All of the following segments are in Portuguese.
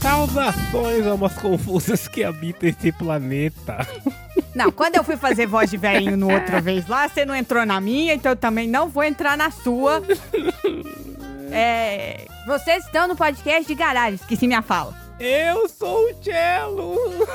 Saudações, almas confusas que habitam esse planeta. Não, quando eu fui fazer voz de velhinho no outra vez lá, você não entrou na minha, então eu também não vou entrar na sua. Vocês estão no podcast de garagem, esqueci minha fala. Eu sou o Cello.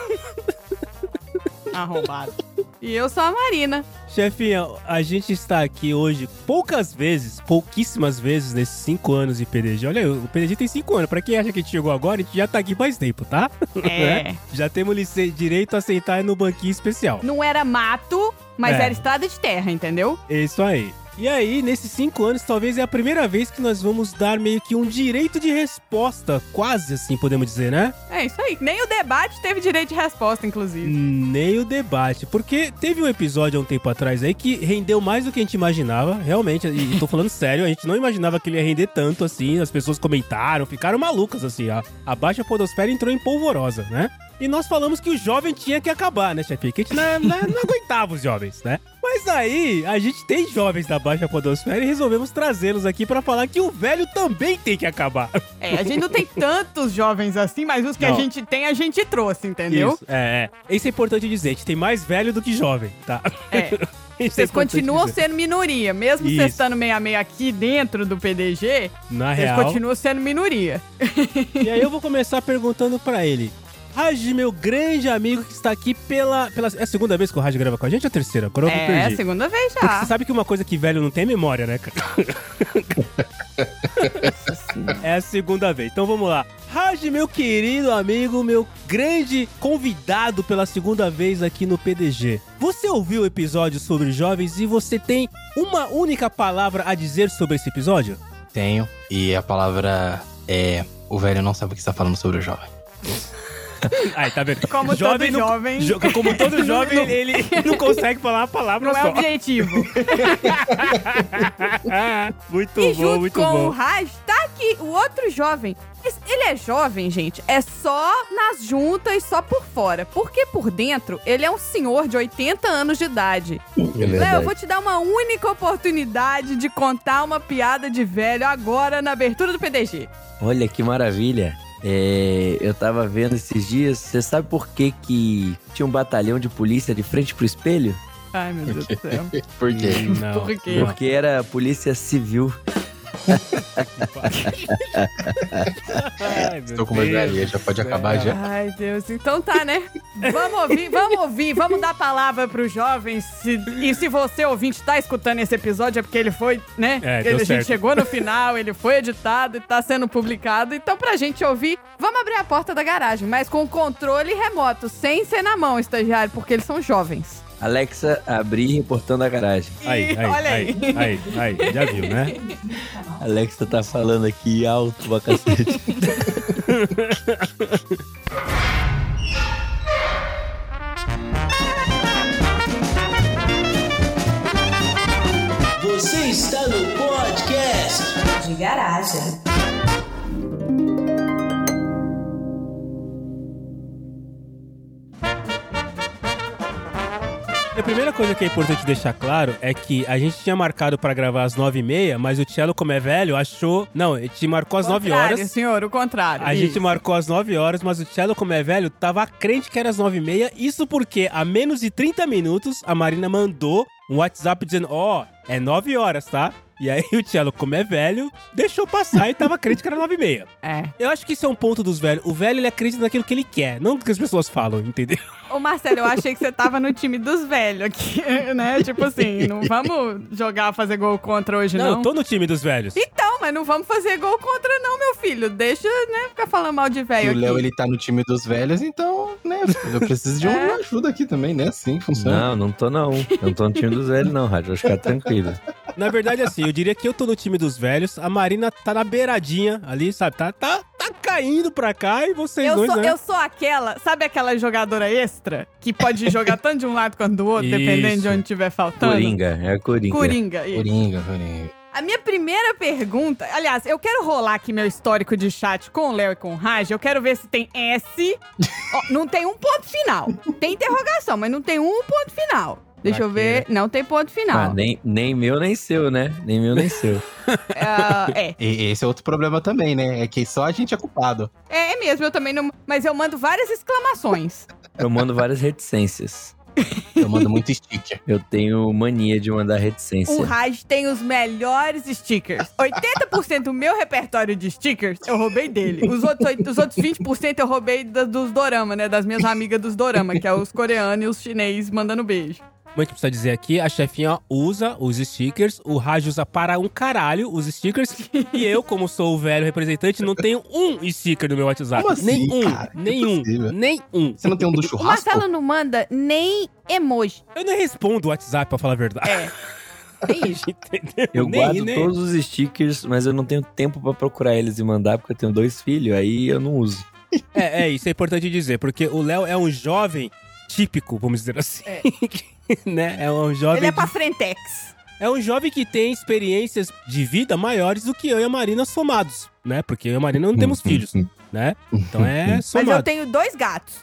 Arrombado. E eu sou a Marina. Chefinha, a gente está aqui hoje pouquíssimas vezes nesses 5 anos de PDG. Olha, o PDG tem 5 anos. Pra quem acha que a gente chegou agora, a gente já tá aqui faz tempo, tá? Já temos direito a sentar no banquinho especial. Não era mato, mas era estrada de terra, entendeu? Isso aí. E aí, nesses 5 anos, talvez é a primeira vez que nós vamos dar meio que um direito de resposta, quase assim, podemos dizer, né? É isso aí. Nem o debate teve direito de resposta, inclusive. Nem o debate, porque teve um episódio há um tempo atrás aí que rendeu mais do que a gente imaginava, realmente, e tô falando sério, a gente não imaginava que ele ia render tanto assim, as pessoas comentaram, ficaram malucas assim, a Baixa Podosfera entrou em polvorosa, né? E nós falamos que o jovem tinha que acabar, né, chefe? Que a gente não aguentava os jovens, né? Mas aí, a gente tem jovens da Baixa Podosfera e resolvemos trazê-los aqui pra falar que o velho também tem que acabar. A gente não tem tantos jovens assim, mas os que a gente tem, a gente trouxe, entendeu? Isso é importante dizer, a gente tem mais velho do que jovem, tá? Vocês continuam sendo minoria, mesmo vocês estando meio a meio aqui dentro do PDG, vocês continuam sendo minoria. E aí eu vou começar perguntando pra ele. Raj, meu grande amigo que está aqui pela... É a segunda vez que o Raj grava com a gente ou a terceira? Agora eu perdi. É a segunda vez já. Porque você sabe que uma coisa que velho não tem memória, né, cara? É a segunda vez. Então vamos lá. Raj, meu querido amigo, meu grande convidado pela segunda vez aqui no PDG. Você ouviu o episódio sobre jovens e você tem uma única palavra a dizer sobre esse episódio? Tenho. E a palavra é... O velho não sabe o que está falando sobre o jovem. Aí, tá vendo? Como todo jovem. Como todo jovem, ele não consegue falar uma palavra só. Não é objetivo. Muito bom, muito bom. E junto com o Raj, tá aqui o outro jovem. Ele é jovem, gente, é só nas juntas, só por fora. Porque por dentro, ele é um senhor de 80 anos de idade. Eu vou te dar uma única oportunidade de contar uma piada de velho agora na abertura do PDG. Olha que maravilha. Eu tava vendo esses dias, você sabe por que tinha um batalhão de polícia de frente pro espelho? Ai, meu Deus do céu. Por quê? Não. Por quê? Porque era polícia civil. Estou com uma velha, já pode acabar já? Ai, Deus, então tá, né? Vamos ouvir, vamos dar a palavra pros jovens. E se você, ouvinte, tá escutando esse episódio, é porque ele foi, né? A gente chegou no final, ele foi editado e tá sendo publicado. Então, pra gente ouvir, vamos abrir a porta da garagem, mas com controle remoto, sem ser na mão, estagiário, porque eles são jovens. Alexa, abrir portão da garagem. Olha aí. Aí, já viu, né? Alexa tá falando aqui alto pra cacete. Você está no podcast de garagem. A primeira coisa que é importante deixar claro é que a gente tinha marcado pra gravar às 9h30, mas o Cello, como é velho, achou... Não, a gente marcou às 9 horas. Senhor, o contrário. A gente marcou às 9 horas, mas o Cello, como é velho, tava crente que era às 9h30. Isso porque, há menos de 30 minutos, a Marina mandou um WhatsApp dizendo, é 9 horas, tá? E aí o Cello, como é velho, deixou passar e tava crente que era 9h30. Eu acho que isso é um ponto dos velhos. O velho, ele acredita naquilo que ele quer, não no que as pessoas falam, entendeu? Ô, Marcelo, eu achei que você tava no time dos velhos aqui, né? Tipo assim, não vamos fazer gol contra hoje, não. Não, eu tô no time dos velhos. Então, mas não vamos fazer gol contra não, meu filho. Deixa, né, ficar falando mal de velho aqui. O Léo, ele tá no time dos velhos, então, né, eu preciso de uma ajuda aqui também, né? Assim funciona. Não tô não. Eu não tô no time dos velhos não, Rádio. Vou ficar tranquilo. Na verdade, assim, eu diria que eu tô no time dos velhos, a Marina tá na beiradinha ali, sabe? Tá caindo pra cá e vocês né? Eu sou aquela jogadora extra que pode jogar tanto de um lado quanto do outro, dependendo de onde tiver faltando? Coringa, é a Coringa. Coringa, isso. Coringa. A minha primeira pergunta... Aliás, eu quero rolar aqui meu histórico de chat com o Léo e com o Raj. Eu quero ver se tem S. Não tem um ponto final. Tem interrogação, mas não tem um ponto final. Deixa eu ver. Não tem ponto final. Nem meu, nem seu, né? Nem meu, nem seu. E esse é outro problema também, né? É que só a gente é culpado. É mesmo, eu também não... Mas eu mando várias exclamações. Eu mando várias reticências. Eu mando muito sticker. Eu tenho mania de mandar reticência. O Raj tem os melhores stickers. 80% do meu repertório de stickers eu roubei dele. Os outros 20% eu roubei dos dorama, né? Das minhas amigas dos dorama, que é os coreanos e os chineses mandando beijo. Como a gente precisa dizer aqui, a chefinha usa os stickers, o Raj usa para um caralho os stickers, e eu, como sou o velho representante, não tenho um sticker no meu WhatsApp. Como assim, nenhum, cara? nenhum. Você não tem um do O churrasco? Marcelo não manda nem emoji. Eu não respondo o WhatsApp, pra falar a verdade. É isso. Entendeu? Eu guardo todos os stickers, mas eu não tenho tempo pra procurar eles e mandar, porque eu tenho 2 filhos, aí eu não uso. Isso é importante dizer, porque o Léo é um jovem típico, vamos dizer assim. Né? É um jovem. Ele é pra frentex. É um jovem que tem experiências de vida maiores do que eu e a Marina somados, né? Porque eu e a Marina não temos filhos, né? Então é somado. Mas eu tenho 2 gatos.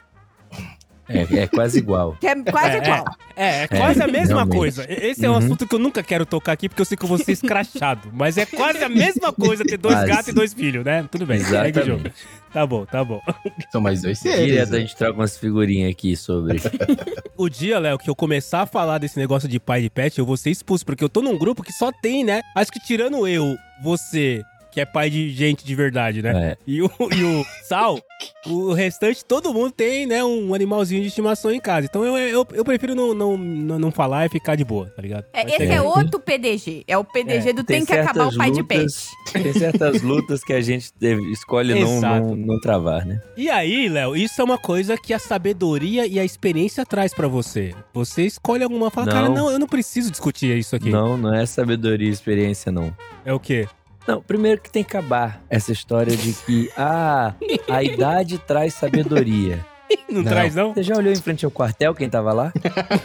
É quase igual. Que é quase igual. É quase a mesma realmente. coisa. Esse é um assunto que eu nunca quero tocar aqui, porque eu sei que eu vou ser escrachado. Mas é quase a mesma coisa ter 2 gatos e 2 filhos, né? Tudo bem, segue o jogo. Tá bom. São mais 2 seres. Direto a gente troca umas figurinhas aqui sobre. O dia, Léo, que eu começar a falar desse negócio de pai de pet, eu vou ser expulso, porque eu tô num grupo que só tem, né? Acho que tirando eu, você, que é pai de gente de verdade, né? E o Sal, o restante, todo mundo tem, né, um animalzinho de estimação em casa. Então eu prefiro não falar e ficar de boa, tá ligado? Esse é outro PDG. É o PDG do tem que acabar o pai de pet. Tem certas lutas que a gente escolhe não travar, né? E aí, Léo, isso é uma coisa que a sabedoria e a experiência traz pra você. Você escolhe alguma, fala, cara, não, eu não preciso discutir isso aqui. Não é sabedoria e experiência, não. É o quê? Não, primeiro que tem que acabar essa história de que, a idade traz sabedoria. Não traz, não? Você já olhou em frente ao quartel, quem tava lá?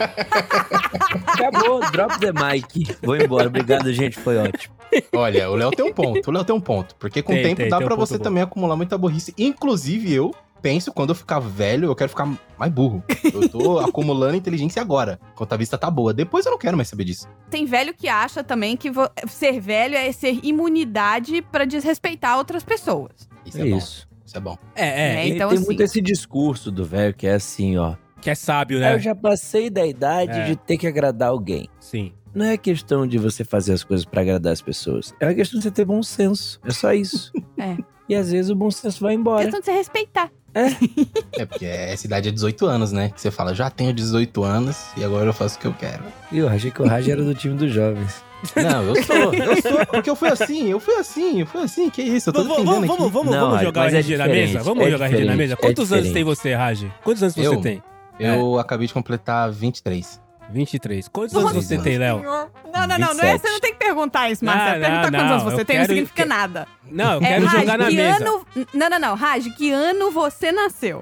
Acabou, drop the mic. Vou embora, obrigado, gente, foi ótimo. Olha, o Léo tem um ponto. Porque com o tempo dá pra você também acumular muita burrice. Inclusive eu penso, quando eu ficar velho, eu quero ficar mais burro. Eu tô acumulando inteligência agora, enquanto a vista tá boa. Depois eu não quero mais saber disso. Tem velho que acha também que ser velho é ser imunidade pra desrespeitar outras pessoas. Isso é bom. Isso é bom. Então, tem assim, muito esse discurso do velho que é assim, ó. Que é sábio, né? Eu já passei da idade de ter que agradar alguém. Sim. Não é questão de você fazer as coisas pra agradar as pessoas. É uma questão de você ter bom senso. É só isso. E às vezes o bom senso vai embora. É questão de você respeitar. Porque essa idade é 18 anos, né? Que você fala, já tenho 18 anos e agora eu faço o que eu quero. E eu achei que o Raj era do time dos jovens. Não, eu sou, porque eu fui assim, que isso, eu tô defendendo aqui. Vamos jogar a RG na mesa? Vamos jogar a RG na mesa? Quantos anos tem você, Raj? Quantos anos você tem? Eu acabei de completar 23. 23. Quantos anos você tem, Léo? Não, você não tem que perguntar isso, Marcelo. Perguntar quantos anos você tem não significa nada. Não, eu quero jogar na mesa. Não, Raj, que ano você nasceu?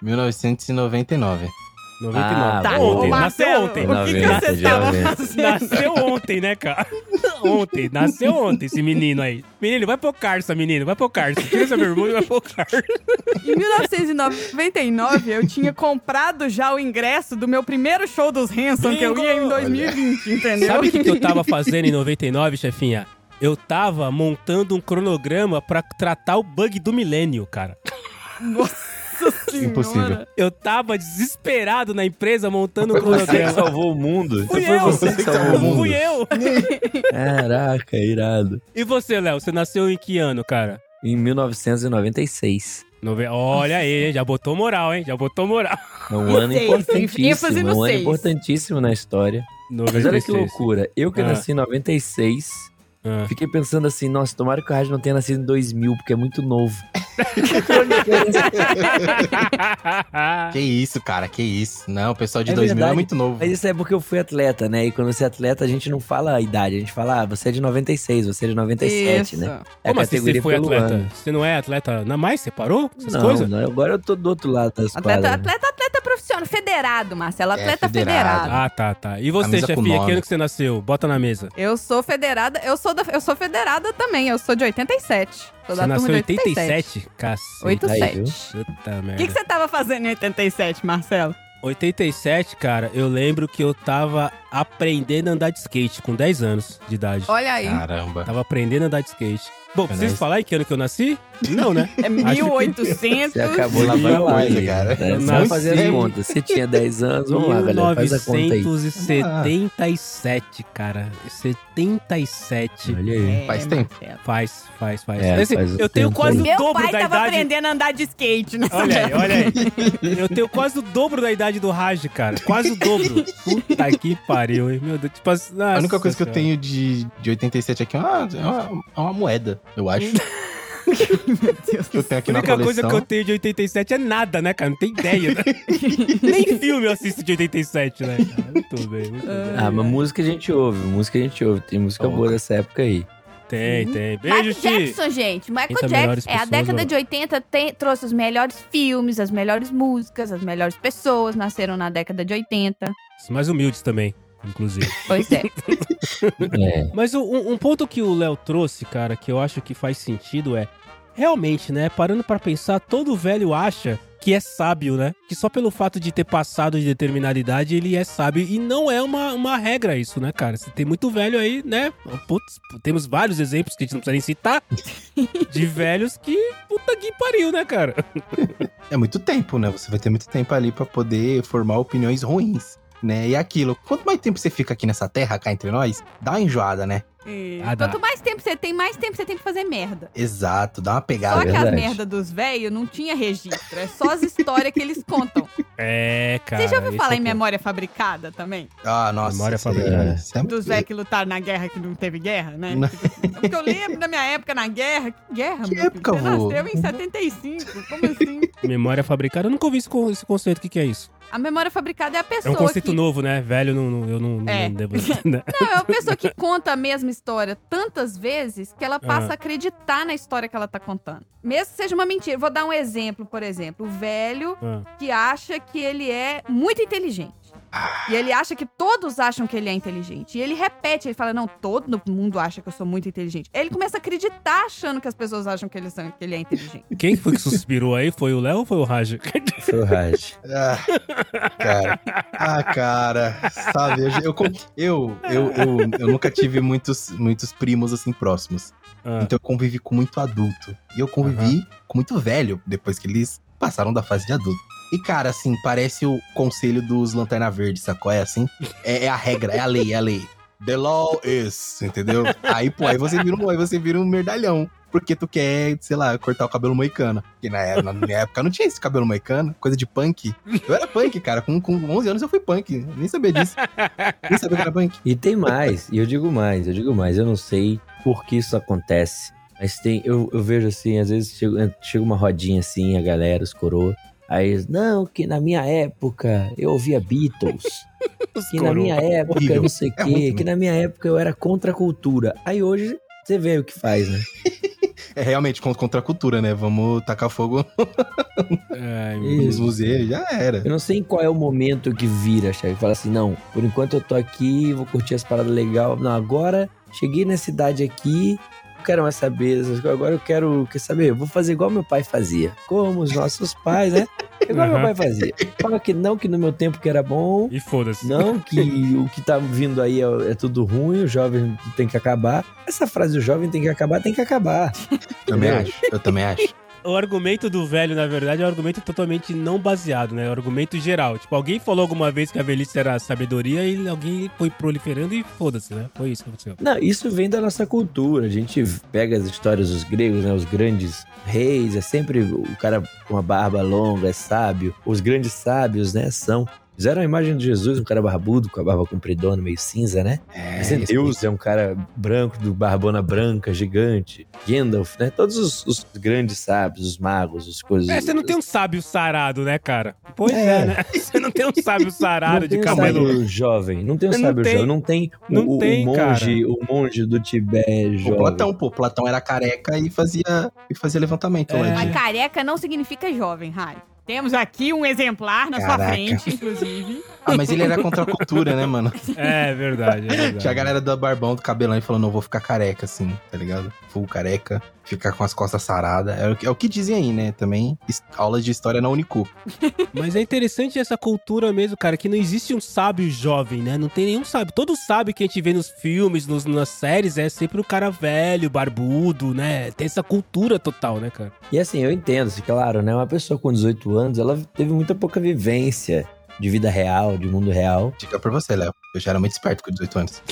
1999. 99. Tá, ontem, Marcelo, nasceu ontem. O que você tava fazendo? Nasceu ontem, né, cara? Nasceu ontem esse menino aí. Menino, vai pro Carça, menino, vai pro Carça. Tira essa bermuda e vai pro Carça. Em 1999, eu tinha comprado já o ingresso do meu primeiro show dos Hanson, que eu ia em 2020, entendeu? Sabe o que eu tava fazendo em 99, chefinha? Eu tava montando um cronograma pra tratar o bug do milênio, cara. Nossa senhora. Impossível. Eu tava desesperado na empresa montando um cronograma. Você que salvou o mundo. Fui Foi eu. você que salvou o mundo. Fui eu. Caraca, irado. E você, Léo? Você nasceu em que ano, cara? Em 1996. Olha aí, hein? Já botou moral, hein? Já botou moral. É um ano importantíssimo. ênfase no Um ano 6. importantíssimo na história. 96. Mas olha que loucura. Eu que nasci em 96... Fiquei pensando assim, nossa, tomara que o Raj não tenha nascido em 2000, porque é muito novo. Que isso, cara, que isso. Não, o pessoal de 2000 é muito novo. Mas isso é porque eu fui atleta, né? E quando você é atleta, a gente não fala a idade. A gente fala, você é de 96, você é de 97, isso. né? Como assim você foi atleta? Ano. Você não é atleta na mais? Você parou? Essas coisas? Não, agora eu tô do outro lado das quadras. Atleta profissional, federado, Marcelo. Atleta federado. Ah, tá. E você, chefinha, que ano que você nasceu? Bota na mesa. Eu sou federada, eu sou federada também, eu sou de 87. Sou da você nasceu em 87? Cacete. 87. Puta merda. O que você tava fazendo em 87, Marcelo? 87, cara, eu lembro que eu tava aprendendo a andar de skate com 10 anos de idade. Olha aí. Caramba. Tava aprendendo a andar de skate. Bom, preciso falar em que ano que eu nasci? Não, né? É 1800. Você acabou lavando coisa, cara. Não fazer as contas. Você tinha 10 anos, vamos lá, galera. Faz a conta aí. 1977, cara. 77. Olha aí. Faz tempo. Faz. Faz eu tenho quase o Meu dobro pai da tava idade. aprendendo a andar de skate, né? Olha aí. Eu tenho quase o dobro da idade do Raj, cara. Quase o dobro. Puta que pariu, hein? Meu Deus. Tipo, A única coisa que eu tenho de 87 aqui é uma moeda, eu acho. Meu Deus. Que eu tenho aqui A na única coleção. coisa que eu tenho de 87 é nada, né, cara? Não tem ideia, né? Nem filme eu assisto de 87, né, cara? Muito bem. Ah, mas música a gente ouve. Tem música boa dessa época aí. Tem. Beijo, Michael Ti. Jackson, gente. Michael 30 melhores Jackson. A pessoas, década mano. de 80 trouxe os melhores filmes, as melhores músicas, as melhores pessoas nasceram na década de 80. Os mais humildes também, inclusive. Pois é. Mas um ponto que o Léo trouxe, cara, que eu acho que faz sentido é... Realmente, né? Parando pra pensar, todo velho acha que é sábio, né? Que só pelo fato de ter passado de determinada idade, ele é sábio. E não é uma regra isso, né, cara? Você tem muito velho aí, né? Putz, temos vários exemplos que a gente não precisa nem citar de velhos que puta que pariu, né, cara? É muito tempo, né? Você vai ter muito tempo ali pra poder formar opiniões ruins, né? E aquilo, quanto mais tempo você fica aqui nessa terra, cá entre nós, dá uma enjoada, né? Quanto mais tempo você tem, mais tempo você tem que fazer merda. Exato, dá uma Só pegada. que a verdade. merda dos velhos não tinha registro. É só as histórias que eles contam. É, cara. Você já ouviu esse falar é em o ponto. memória fabricada também? Ah, nossa. Memória isso aí fabricada. isso é muito Dos velhos que lutaram na guerra que não teve guerra, né? Não. Tipo assim, porque eu lembro da minha época na guerra. Que guerra, Que meu época, filho? Você vô? nasceu em 75. Como assim? Memória fabricada, eu nunca ouvi esse conceito. O que é isso? A memória fabricada é a É pessoa um conceito que... novo, né? Velho, eu não devo... Né? Não, é uma pessoa que conta a mesma história tantas vezes que ela passa a acreditar na história que ela tá contando. Mesmo que seja uma mentira. Vou dar um exemplo, por exemplo. O velho que acha que ele é muito inteligente. E ele acha que todos acham que ele é inteligente. E ele repete, ele fala, não, todo mundo acha que eu sou muito inteligente. Ele começa a acreditar achando que as pessoas acham que ele é inteligente. Quem foi que suspirou aí? Foi o Léo ou foi o Raj? Foi o Raj. Cara, sabe, eu nunca tive muitos primos assim próximos. Então eu convivi com muito adulto. E eu convivi com muito velho, depois que eles passaram da fase de adulto. E, cara, assim, parece o conselho dos Lanterna Verde, sacou? É assim? É a regra, é a lei. The law is, entendeu? Aí você vira um merdalhão. Porque tu quer, sei lá, cortar o cabelo moicano. Porque na minha época não tinha esse cabelo moicano, coisa de punk. Eu era punk, cara. Com 11 anos eu fui punk. Nem sabia disso. Nem sabia que era punk. E tem mais, e eu digo mais. Eu não sei por que isso acontece. Mas eu vejo assim, às vezes chega uma rodinha assim, a galera, os coroa. Aí, não, que na minha época eu ouvia Beatles. Que na minha época Horrível. não sei o quê. Que na minha época eu era contra a cultura. Aí hoje você vê o que faz, né? É realmente contra a cultura, né? Vamos tacar fogo nos museus, já era. Eu não sei em qual é o momento que vira, chefe. Fala assim, não, por enquanto eu tô aqui, vou curtir as paradas legais. Não, agora cheguei nessa idade aqui, não quero mais saber dessas coisas. Agora eu quer saber? Eu vou fazer igual meu pai fazia. Como os nossos pais, né? Igual meu pai fazia. Fala que não, que no meu tempo que era bom. E foda-se. Não, que o que tá vindo aí é tudo ruim, o jovem tem que acabar. Essa frase, o jovem tem que acabar, tem que acabar. Eu também acho. O argumento do velho, na verdade, é um argumento totalmente não baseado, né? É um argumento geral. Tipo, alguém falou alguma vez que a velhice era sabedoria e alguém foi proliferando e foda-se, né? Foi isso que aconteceu. Não, isso vem da nossa cultura. A gente pega as histórias dos gregos, né? Os grandes reis, é sempre o cara com uma barba longa, é sábio. Os grandes sábios, né? Fizeram a imagem de Jesus, um cara barbudo, com a barba compridona, meio cinza, né? Mas Deus é um cara branco, do barbona branca, gigante. Gandalf, né? Todos os grandes sábios, os magos, as coisas... Você não tem um sábio sarado, né, cara? Pois é, né? Você não tem um sábio sarado de cabelo... Não tem um sábio jovem, não tem um sábio jovem, não tem o monge do Tibete jovem. Platão era careca e fazia levantamento. Mas careca não significa jovem, Rai. Temos aqui um exemplar na sua frente, inclusive. Mas ele era contra a cultura, né, mano? É verdade. Tinha a galera do barbão, do cabelão e falando, não, vou ficar careca, assim, tá ligado? Full careca, ficar com as costas saradas. É o que dizem aí, né? Também, aulas de história na Unicu. Mas é interessante essa cultura mesmo, cara, que não existe um sábio jovem, né? Não tem nenhum sábio. Todo sábio que a gente vê nos filmes, nas séries, é sempre o cara velho, barbudo, né? Tem essa cultura total, né, cara? E assim, eu entendo, claro, né? Uma pessoa com 18 anos, ela teve muita pouca vivência de vida real, de mundo real. Diga pra você, Léo. Eu já era muito esperto com 18 anos.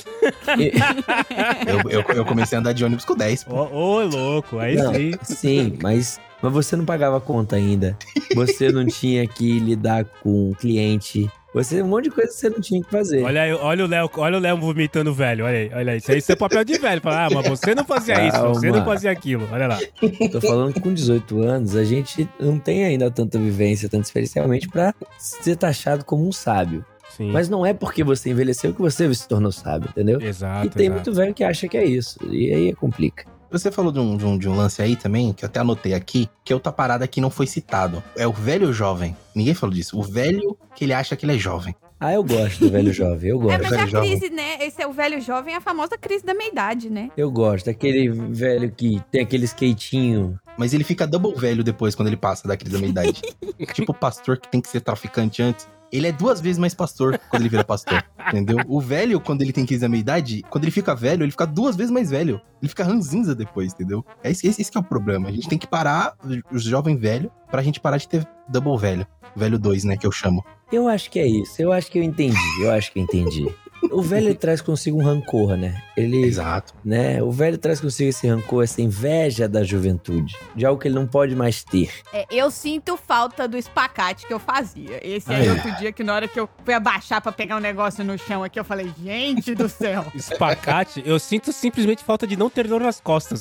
eu comecei a andar de ônibus com 10. Ô, louco, aí não, sim. Sim, mas você não pagava conta ainda. Você não tinha que lidar com cliente. Um monte de coisa que você não tinha que fazer. Olha o Léo vomitando velho, olha aí. Isso é papel de velho. Fala, mas você não fazia isso, você não fazia aquilo, olha lá. Tô falando que com 18 anos, a gente não tem ainda tanta vivência, tanta experiência, realmente pra ser taxado como um sábio. Sim. Mas não é porque você envelheceu que você se tornou sábio, entendeu? Exato. E tem muito velho que acha que é isso, e aí complica. Você falou de um lance aí também, que eu até anotei aqui, que outra parada que não foi citado. É o velho jovem. Ninguém falou disso. O velho que ele acha que ele é jovem. Ah, eu gosto do velho jovem, eu gosto. Mas a crise, né? Esse é o velho jovem, a famosa crise da meia-idade, né? Eu gosto, aquele velho que tem aquele skatinho. Mas ele fica double velho depois, quando ele passa da crise da meia-idade. Tipo o pastor que tem que ser traficante antes. Ele é 2 vezes mais pastor quando ele vira pastor, entendeu? O velho, quando ele tem crise da meia-idade, quando ele fica velho, ele fica 2 vezes mais velho. Ele fica ranzinza depois, entendeu? Esse que é o problema. A gente tem que parar os jovens velhos pra gente parar de ter double velho. Velho 2, né, que eu chamo. Eu acho que é isso, eu acho que eu entendi. O velho traz consigo um rancor, né? Exato. Né? O velho traz consigo esse rancor, essa inveja da juventude, de algo que ele não pode mais ter. Eu sinto falta do espacate que eu fazia. Esse aí outro dia que na hora que eu fui abaixar pra pegar um negócio no chão aqui, eu falei, gente do céu. Espacate, eu sinto simplesmente falta de não ter dor nas costas.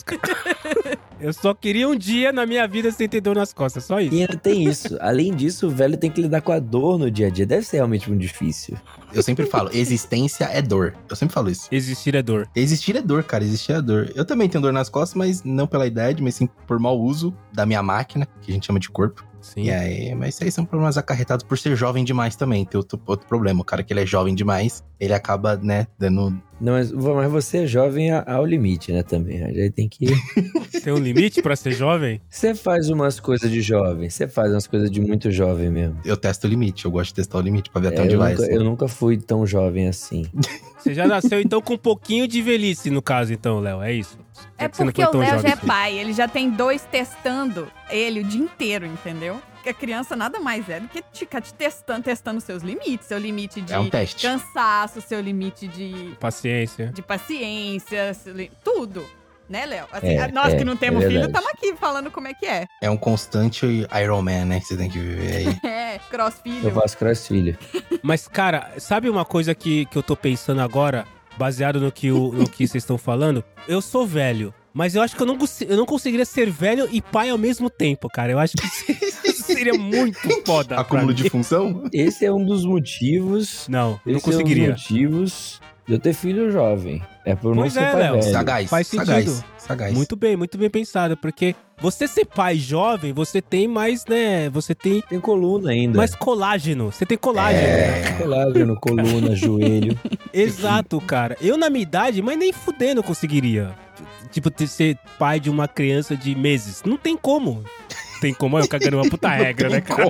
Eu só queria um dia na minha vida sem ter dor nas costas, só isso. E ainda tem isso. Além disso, o velho tem que lidar com a dor no dia a dia. Deve ser realmente muito difícil. Eu sempre falo, existência é dor. Eu sempre falo isso. Existir é dor. Existir é dor, cara. Existir é dor. Eu também tenho dor nas costas, mas não pela idade, mas sim por mau uso da minha máquina, que a gente chama de corpo. Sim. E aí, mas isso aí são problemas acarretados por ser jovem demais também. Tem outro problema. O cara que ele é jovem demais, ele acaba, né, dando... Não, mas você é jovem ao limite, né, também. A gente tem que... Tem um limite pra ser jovem? Você faz umas coisas de jovem, você faz umas coisas de muito jovem mesmo. Eu testo o limite, eu gosto de testar o limite pra ver até onde vai. Eu nunca fui tão jovem assim. Você já nasceu, então, com um pouquinho de velhice, no caso, então, Léo, é isso? É porque o Léo já é pai, ele já tem 2 testando ele o dia inteiro, entendeu? Porque a criança nada mais é do que ficar te testando seus limites. Seu limite de cansaço, seu limite de... paciência. De paciência, tudo. Né, Léo? Assim, nós que não temos filho, estamos aqui falando como é que é. É um constante Iron Man, né? Que você tem que viver aí. Crossfilho. Eu faço crossfilho. Mas, cara, sabe uma coisa que eu tô pensando agora, baseado no que vocês estão falando? Eu sou velho, mas eu acho que eu não conseguiria ser velho e pai ao mesmo tempo, cara. Eu acho que seria muito foda. Acúmulo de função? Esse é um dos motivos... Não conseguiria. É um dos motivos de eu ter filho jovem. É por não ser pai velho. Sagaz. Faz sentido. Sagaz. Muito bem pensado, porque você ser pai jovem, você tem mais, né, Tem coluna ainda. Mais colágeno, você tem colágeno. Colágeno, coluna, joelho. Exato, cara. Eu na minha idade, mas nem fudendo conseguiria. Tipo, ser pai de uma criança de meses. Não tem como. Tem como? Eu cagando uma puta regra, né, cara?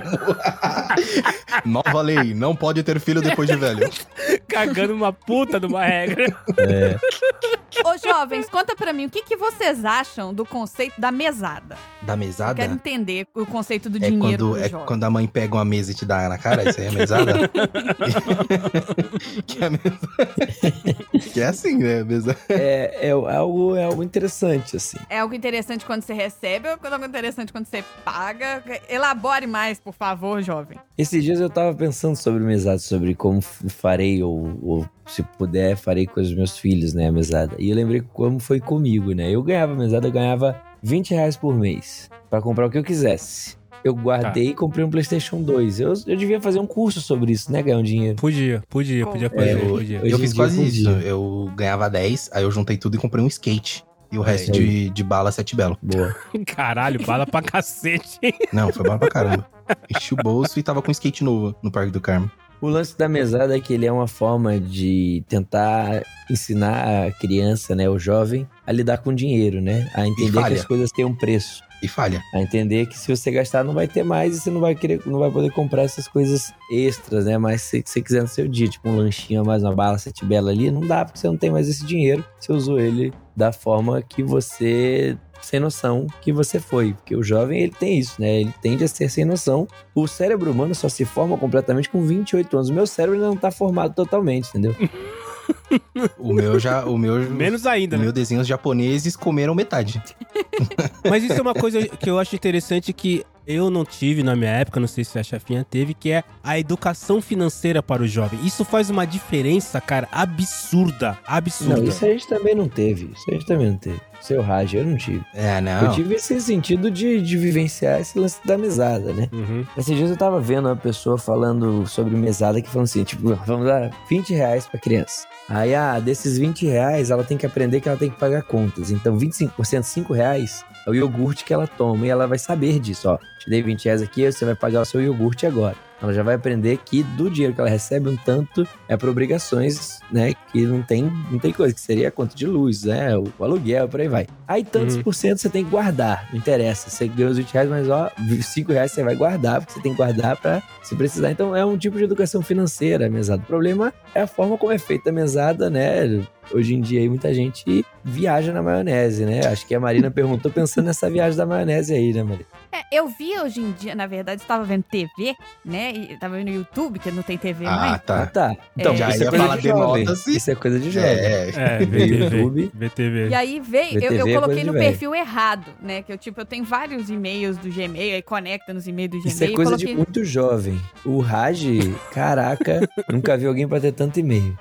Nova lei, não pode ter filho depois de velho. Cagando uma puta de uma regra. Ô, jovens, conta pra mim, o que vocês acham do conceito da mesada? Da mesada? Eu quero entender o conceito do dinheiro do jovem. Quando a mãe pega uma mesa e te dá na cara, isso aí é mesada? Que é assim, né? Mesa. É algo interessante, assim. É algo interessante quando você recebe ou algo interessante quando você paga? Elabore mais, por favor, jovem. Esses dias eu tava pensando sobre mesada, sobre como farei ou se puder, farei com os meus filhos, né, a mesada. E eu lembrei como foi comigo, né? Eu ganhava mesada, eu ganhava R$20 por mês pra comprar o que eu quisesse. Eu guardei e comprei um PlayStation 2. Eu devia fazer um curso sobre isso, né? Ganhar um dinheiro. Podia fazer. Eu fiz quase isso. Eu ganhava 10, aí eu juntei tudo e comprei um skate. E o resto de bala 7 belo. Boa. Caralho, bala pra cacete. Não, foi bala pra caramba. Enchi o bolso e tava com skate novo no Parque do Carmo. O lance da mesada é que ele é uma forma de tentar ensinar a criança, né, o jovem, a lidar com dinheiro, né? A entender que as coisas têm um preço. E falha. A entender que se você gastar não vai ter mais e você não vai poder comprar essas coisas extras, né? Mas se você quiser no seu dia, tipo um lanchinho a mais, uma bala, sete bela ali, não dá porque você não tem mais esse dinheiro. Você usou ele da forma que você... sem noção que você foi. Porque o jovem, ele tem isso, né? Ele tende a ser sem noção. O cérebro humano só se forma completamente com 28 anos. O meu cérebro ainda não tá formado totalmente, entendeu? O meu menos ainda, né? Meu desenhos japoneses comeram metade. Mas isso é uma coisa que eu acho interessante que eu não tive na minha época, não sei se a Chafinha teve, que é a educação financeira para o jovem. Isso faz uma diferença, cara, absurda. Não, isso a gente também não teve. Seu Raj, eu não tive. Não. Eu tive esse sentido de vivenciar esse lance da mesada, né? Uhum. Esses dias eu tava vendo uma pessoa falando sobre mesada que falou assim, tipo, vamos dar R$20 pra criança. Aí, desses R$20, ela tem que aprender que ela tem que pagar contas. Então, 25%, R$5 é o iogurte que ela toma e ela vai saber disso, ó. Te dei R$20 aqui, você vai pagar o seu iogurte agora. Ela já vai aprender que do dinheiro que ela recebe, um tanto é para obrigações, né? Que não tem coisa, que seria a conta de luz, né? O aluguel, por aí vai. Aí tantos por cento você tem que guardar, não interessa. Você ganhou os R$20, mas R$5 você vai guardar, porque você tem que guardar para se precisar. Então é um tipo de educação financeira a mesada. O problema é a forma como é feita a mesada, né? Hoje em dia aí muita gente viaja na maionese, né? Acho que a Marina perguntou pensando nessa viagem da maionese aí, né, Marina? Eu vi hoje em dia, na verdade, estava vendo TV, né? E tava vendo YouTube, que não tem TV mais. Tá. Então, já isso ia é coisa falar de jovem. Notas, Isso é coisa de jovem. VTV. VTV. E aí veio, VTV eu é coloquei coisa no de perfil errado, né? Que eu tenho vários e-mails do Gmail, aí conecta nos e-mails do Gmail. Isso é coisa coloquei... de muito jovem. O Raj, caraca, nunca vi alguém pra ter tanto e-mail.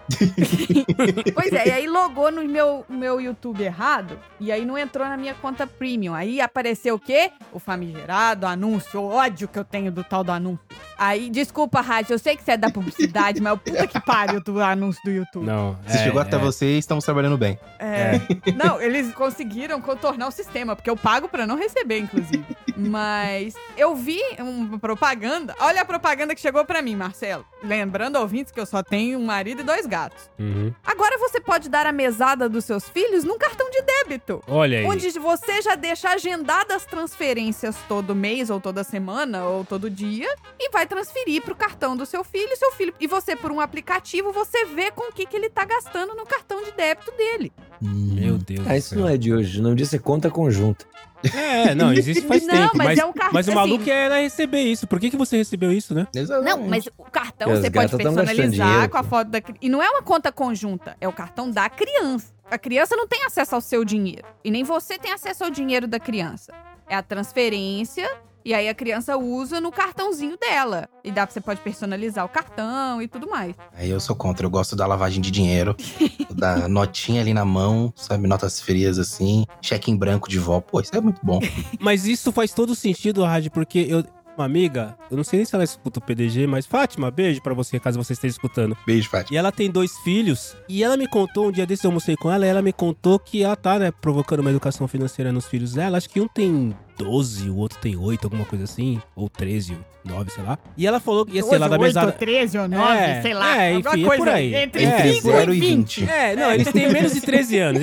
Pois é, e aí logou no meu YouTube errado, e aí não entrou na minha conta premium. Aí apareceu o quê? O famigerado anúncio, o ódio que eu tenho do tal do anúncio. Aí, desculpa, Raj, eu sei que você é da publicidade, mas o puta que pariu do anúncio do YouTube. Não, se chegou até você, estamos trabalhando bem. Não, eles conseguiram contornar o sistema, porque eu pago pra não receber, inclusive. Mas eu vi uma propaganda. Olha a propaganda que chegou pra mim, Marcelo. Lembrando, ouvintes, que eu só tenho um marido e 2 gatos. Uhum. Agora você pode dar a mesada dos seus filhos num cartão de débito. Olha aí. Onde você já deixa agendadas as transferências todo mês, ou toda semana, ou todo dia, e vai transferir pro cartão do seu filho. E você, por um aplicativo, você vê com o que ele tá gastando no cartão de débito dele. Meu Deus. Isso não é de hoje. O nome disso é conta conjunta. Não, existe faz tempo. Mas é um cartão. Mas o maluco era receber isso. Por que você recebeu isso, né? Não, mas o cartão você pode personalizar com a foto da criança. E não é uma conta conjunta, é o cartão da criança. A criança não tem acesso ao seu dinheiro. E nem você tem acesso ao dinheiro da criança. É a transferência, e aí a criança usa no cartãozinho dela. E você pode personalizar o cartão e tudo mais. Aí eu sou contra, eu gosto da lavagem de dinheiro, da notinha ali na mão, sabe, notas frias assim, cheque em branco de vó. Pô, isso é muito bom. Mas isso faz todo sentido, Raj, porque uma amiga, eu não sei nem se ela escuta o PDG, mas Fátima, beijo pra você, caso você esteja escutando. Beijo, Fátima. E ela tem 2 filhos, e ela me contou, um dia desse eu almocei com ela, e ela me contou que ela tá, né, provocando uma educação financeira nos filhos dela. Acho que um tem 12, o outro tem 8, alguma coisa assim, ou 13, 9, sei lá. E ela falou que ia ser lá da mesada... 8, 13 ou 9, sei lá. Enfim, coisa é por aí. Entre 5 e 20. Não, eles têm menos de 13 anos,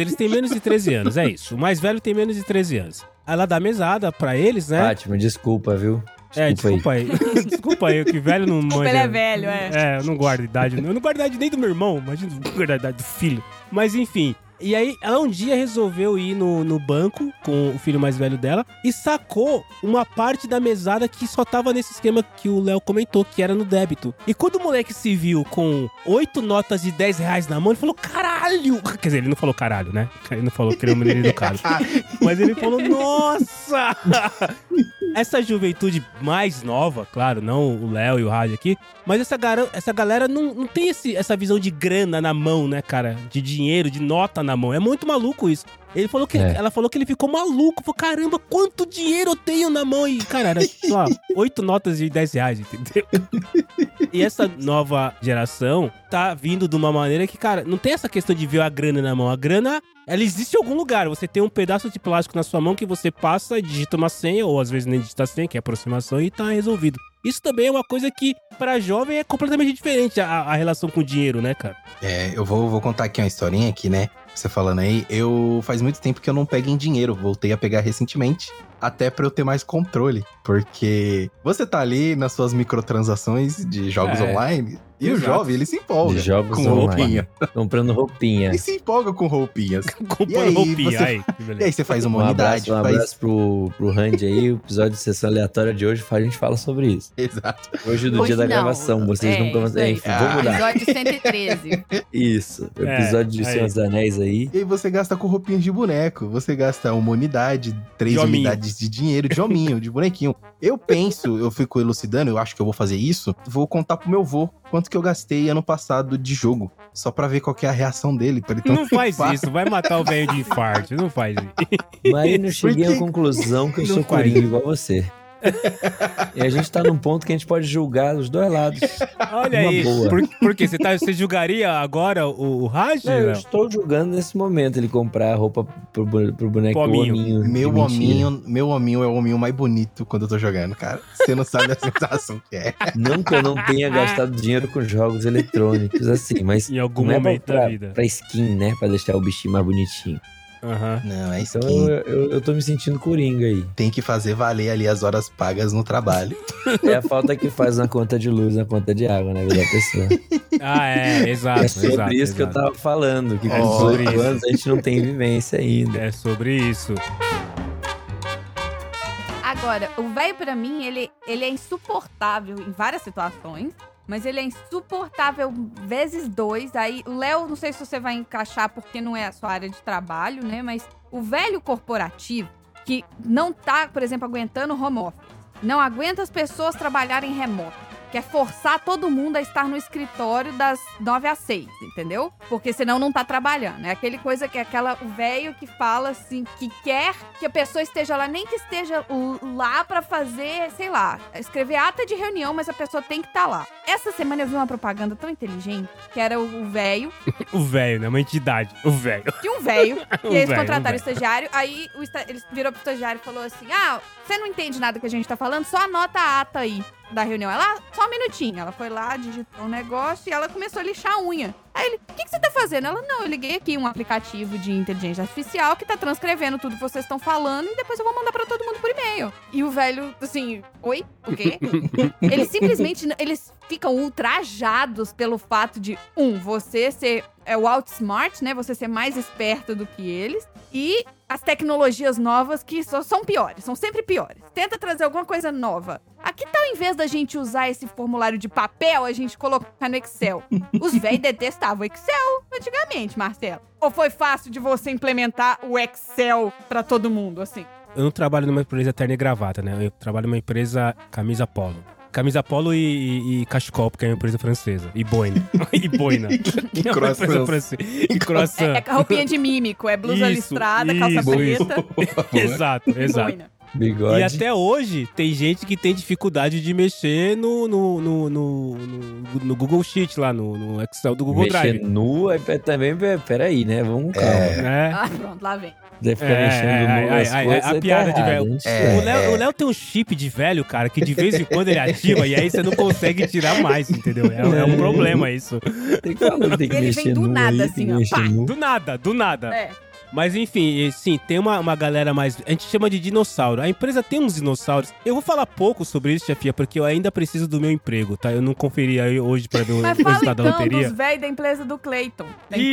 é isso. O mais velho tem menos de 13 anos. Ela dá mesada pra eles, né? Fátima, desculpa, viu? Desculpa aí. Desculpa aí, que velho não manja. Ele é velho, eu não guardo idade. Eu não guardo idade nem do meu irmão, imagina, não guardo a idade do filho. Mas enfim. E aí, ela um dia resolveu ir no banco com o filho mais velho dela e sacou uma parte da mesada que só tava nesse esquema que o Léo comentou, que era no débito. E quando o moleque se viu com 8 notas de R$10 na mão, ele falou, caralho! Quer dizer, ele não falou caralho, né? Ele não falou que ele é um menino educado. Mas ele falou, nossa! Essa juventude mais nova, claro, não o Léo e o Raj aqui, mas essa galera não tem essa visão de grana na mão, né, cara? De dinheiro, de nota na mão. É muito maluco isso. Ela falou que ele ficou maluco. Falou, caramba, quanto dinheiro eu tenho na mão. E, cara, era, sei lá, 8 notas de R$10, entendeu? E essa nova geração tá vindo de uma maneira que, cara, não tem essa questão de ver a grana na mão. A grana, ela existe em algum lugar. Você tem um pedaço de plástico na sua mão que você passa, digita uma senha, ou às vezes nem digita a senha, que é aproximação, e tá resolvido. Isso também é uma coisa que, pra jovem, é completamente diferente a relação com o dinheiro, né, cara? Eu vou contar aqui uma historinha aqui, né? Você falando aí, faz muito tempo que eu não pego em dinheiro, voltei a pegar recentemente, até pra eu ter mais controle, porque você tá ali nas suas microtransações de jogos online, e o jovem, ele se empolga com roupinha. Comprando roupinha. Ele se empolga com roupinhas. Comprando roupinha, E aí você faz uma unidade. Um abraço pro Randy aí, o episódio de sessão aleatória de hoje, a gente fala sobre isso. Exato. Hoje do dia da gravação, vocês nunca vão... Vou mudar. Episódio 113. Isso, o episódio de Senhor dos Anéis aí. E aí você gasta com roupinhas de boneco, você gasta uma unidade, 3 unidades de dinheiro, de hominho, de bonequinho. Eu fico elucidando, eu acho que eu vou fazer isso, vou contar pro meu avô quanto que eu gastei ano passado de jogo, só pra ver qual que é a reação dele. Pra ele não faz isso, vai matar o velho de infarto, não faz isso. Mas eu não cheguei à conclusão que eu sou coringa igual você. E a gente tá num ponto que a gente pode julgar os dois lados. Olha aí, por quê? Você julgaria agora o Raj? Não, eu estou julgando nesse momento ele comprar roupa pro boneco hominho. Meu hominho é o hominho mais bonito quando eu tô jogando, cara. Você não sabe a sensação que é. Não que eu não tenha gastado dinheiro com jogos eletrônicos, assim, mas em algum momento da vida. Pra skin, né? Pra deixar o bichinho mais bonitinho. Não, é skin. Então eu tô me sentindo coringa aí. Tem que fazer valer ali as horas pagas no trabalho. É a falta que faz na conta de luz, na conta de água, né, da pessoa. Exato. É sobre isso que eu tava falando, que com 18 anos a gente não tem vivência ainda. É sobre isso. Agora, o velho pra mim, ele é insuportável em várias situações. Mas ele é insuportável vezes 2. Aí, o Léo, não sei se você vai encaixar porque não é a sua área de trabalho, né? Mas o velho corporativo que não tá, por exemplo, aguentando home office, não aguenta as pessoas trabalharem remoto, quer forçar todo mundo a estar no escritório das 9 às 6, entendeu? Porque senão não tá trabalhando. É aquele coisa que é o velho que fala assim, que quer que a pessoa esteja lá, nem que esteja lá pra fazer, sei lá, escrever ata de reunião, mas a pessoa tem que estar lá. Essa semana eu vi uma propaganda tão inteligente, que era o velho. O velho, né? Uma entidade. O velho. Tinha um velho, e eles contrataram o estagiário, aí ele virou pro estagiário e falou assim, você não entende nada que a gente tá falando, só anota a ata aí da reunião. Ela, só um minutinho. Ela foi lá, digitou um negócio e ela começou a lixar a unha. Aí ele, o que você tá fazendo? Ela, não, eu liguei aqui um aplicativo de inteligência artificial que tá transcrevendo tudo que vocês estão falando e depois eu vou mandar pra todo mundo por e-mail. E o velho, assim, oi? O quê? Eles simplesmente, eles ficam ultrajados pelo fato de, você ser o outsmart, né? Você ser mais esperto do que eles. E as tecnologias novas que são piores, são sempre piores. Tenta trazer alguma coisa nova. Aqui tal, em vez da gente usar esse formulário de papel, a gente colocar no Excel. Os velhos detestavam o Excel antigamente, Marcelo. Ou foi fácil de você implementar o Excel pra todo mundo, assim? Eu não trabalho numa empresa terno e gravata, né? Eu trabalho numa empresa camisa polo. Camisa polo e cachecol, porque é uma empresa francesa. E boina. E boina. E croissant. E croissant. É roupinha de mímico, é blusa listrada, calça preta. Exato. Boina. Bigode. E até hoje, tem gente que tem dificuldade de mexer no Google Sheet lá, no Excel do Google Drive. Mexer nu, também, peraí, né? Vamos calma. Pronto, lá vem. Deve ficar mexendo no a piada de velho. O Léo tem um chip de velho, cara, que de vez em quando ele ativa e aí você não consegue tirar mais, entendeu? É um problema isso. Tem que ele vem do nada, assim, ó. Pá. Do nada. Mas enfim, sim, tem uma galera mais... A gente chama de dinossauro. A empresa tem uns dinossauros. Eu vou falar pouco sobre isso, chefia, porque eu ainda preciso do meu emprego, tá? Eu não conferi aí hoje pra ver o resultado da loteria. Mas fala então dos velhos da empresa do Clayton.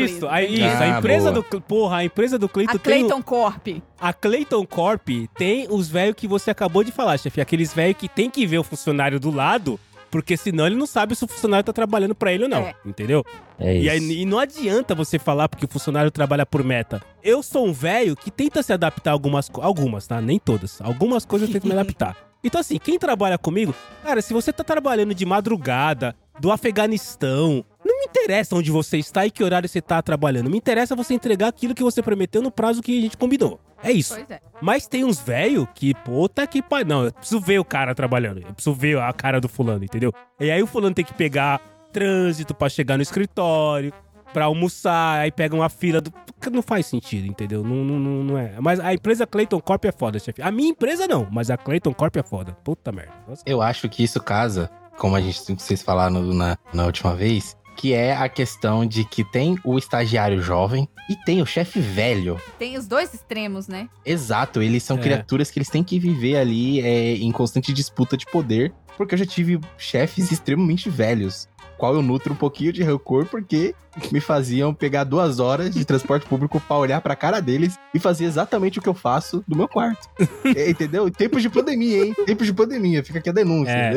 A empresa do... Porra, a empresa do Clayton tem... Clayton Corp. A Clayton Corp tem os velhos que você acabou de falar, chefia. Aqueles velhos que tem que ver o funcionário do lado... Porque senão ele não sabe se o funcionário tá trabalhando pra ele ou não, entendeu? É isso. E não adianta você falar porque o funcionário trabalha por meta. Eu sou um velho que tenta se adaptar a algumas, tá? Nem todas. Algumas coisas eu tento me adaptar. Então assim, quem trabalha comigo, cara, se você tá trabalhando de madrugada, do Afeganistão, não me interessa onde você está e que horário você tá trabalhando. Me interessa você entregar aquilo que você prometeu no prazo que a gente combinou. É isso. Pois é. Mas tem uns velho que, puta que pariu. Não, eu preciso ver o cara trabalhando. Eu preciso ver a cara do fulano, entendeu? E aí o fulano tem que pegar trânsito pra chegar no escritório, pra almoçar, aí pega uma fila do... Não faz sentido, entendeu? Não é. Mas a empresa Clayton Corp é foda, chefe. A minha empresa não, mas a Clayton Corp é foda. Puta merda. Nossa. Eu acho que isso casa, como vocês falaram na última vez, que é a questão de que tem o estagiário jovem e tem o chefe velho. Tem os dois extremos, né? Exato, eles são criaturas que eles têm que viver ali em constante disputa de poder, porque eu já tive chefes extremamente velhos, qual eu nutro um pouquinho de rancor, porque me faziam pegar 2 horas de transporte público pra olhar pra cara deles e fazer exatamente o que eu faço no meu quarto. Entendeu? Tempos de pandemia, hein? Tempos de pandemia. Fica aqui a denúncia.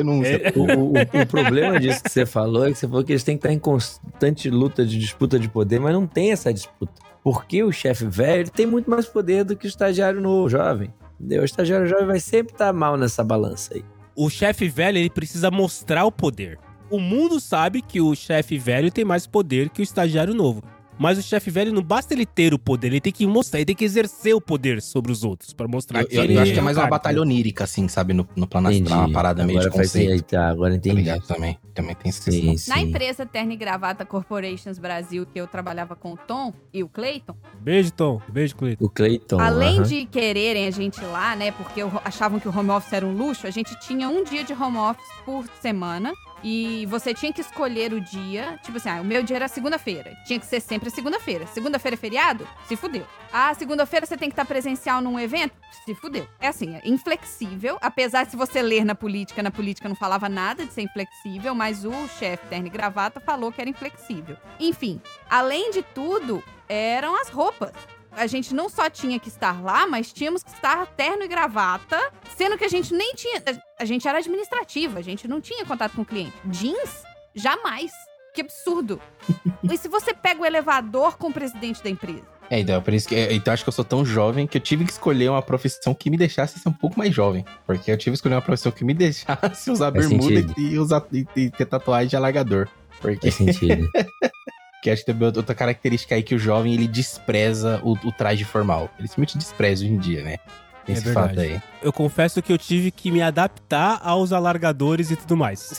O problema disso que você falou é que você falou que eles têm que estar em constante luta de disputa de poder, mas não tem essa disputa. Porque o chefe velho tem muito mais poder do que o estagiário novo, jovem. Entendeu? O estagiário jovem vai sempre estar mal nessa balança aí. O chefe velho, ele precisa mostrar o poder. O mundo sabe que o chefe velho tem mais poder que o estagiário novo. Mas o chefe velho não basta ele ter o poder, ele tem que mostrar, ele tem que exercer o poder sobre os outros pra mostrar que ele... Eu acho que é mais uma batalha onírica, assim, sabe? No plano astral, uma parada meio de conceito. Agora entendi. Tá também tem essa questão. Na empresa Terno e Gravata Corporations Brasil, que eu trabalhava com o Tom e o Clayton. Beijo, Tom. Beijo, Clayton. O Clayton. Além de quererem a gente lá, né? Porque achavam que o home office era um luxo, a gente tinha um dia de home office por semana. E você tinha que escolher o dia. Tipo assim, o meu dia era segunda-feira. Tinha que ser sempre segunda-feira. Segunda-feira é feriado? Se fudeu. Segunda-feira você tem que estar presencial num evento? Se fudeu. É assim, é inflexível. Apesar de se você ler na política não falava nada de ser inflexível, mas o chefe Terno e Gravata falou que era inflexível. Enfim, além de tudo, eram as roupas. A gente não só tinha que estar lá, mas tínhamos que estar terno e gravata, sendo que a gente nem tinha... A gente era administrativa, a gente não tinha contato com o cliente. Jeans? Jamais. Que absurdo. E se você pega o elevador com o presidente da empresa? Então, por isso que, então acho que eu sou tão jovem que eu tive que escolher uma profissão que me deixasse ser um pouco mais jovem. Porque eu tive que escolher uma profissão que me deixasse usar bermuda e ter tatuagem de alargador. Porque... Faz sentido. Que acho que tem outra característica aí que o jovem, ele despreza o traje formal. Ele simplesmente despreza hoje em dia, né? Tem esse fato aí. Eu confesso que eu tive que me adaptar aos alargadores e tudo mais.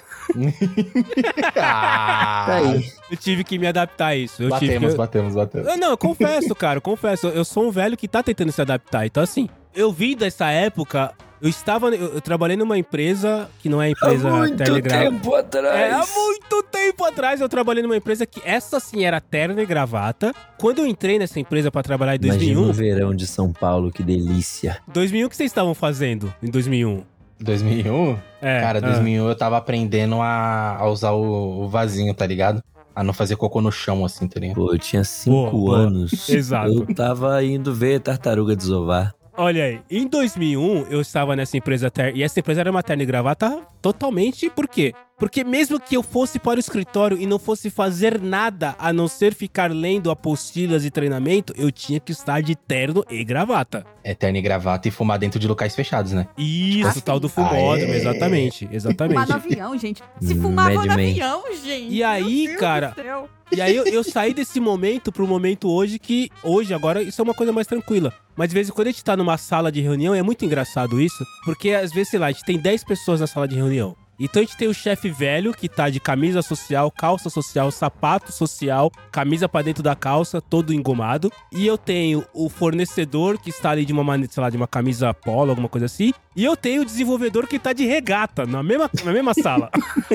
Tá aí. Eu tive que me adaptar a isso. Batemos. Não, eu confesso, cara, confesso. Eu sou um velho que tá tentando se adaptar. Então, assim, eu vim dessa época... Eu trabalhei numa empresa que não é a empresa terno e gravata. Há muito tempo atrás. Há muito tempo atrás eu trabalhei numa empresa que essa sim era terno e gravata. Quando eu entrei nessa empresa pra trabalhar em 2001... Imagina o verão de São Paulo, que delícia. 2001, o que vocês estavam fazendo em 2001? 2001? Cara, 2001 eu tava aprendendo a usar o vasinho, tá ligado? A não fazer cocô no chão, assim, tá ligado? Pô, eu tinha 5 anos. Exato. Eu tava indo ver tartaruga desovar. Olha aí, em 2001 eu estava nessa empresa e essa empresa era uma terno e gravata totalmente, por quê? Porque mesmo que eu fosse para o escritório e não fosse fazer nada a não ser ficar lendo apostilas de treinamento, eu tinha que estar de terno e gravata. É terno e gravata e fumar dentro de locais fechados, né? Isso, tal do fumódromo, exatamente. Fumar no avião, gente. Se fumava no avião, gente. E aí, cara... E aí eu saí desse momento pro momento hoje, agora, isso é uma coisa mais tranquila. Mas de vez em quando a gente tá numa sala de reunião, é muito engraçado isso, porque às vezes, sei lá, a gente tem 10 pessoas na sala de reunião. Então a gente tem o chefe velho, que tá de camisa social, calça social, sapato social, camisa pra dentro da calça, todo engomado. E eu tenho o fornecedor, que está ali de uma maneira, sei lá, de uma camisa polo, alguma coisa assim. E eu tenho o desenvolvedor que tá de regata, na mesma sala.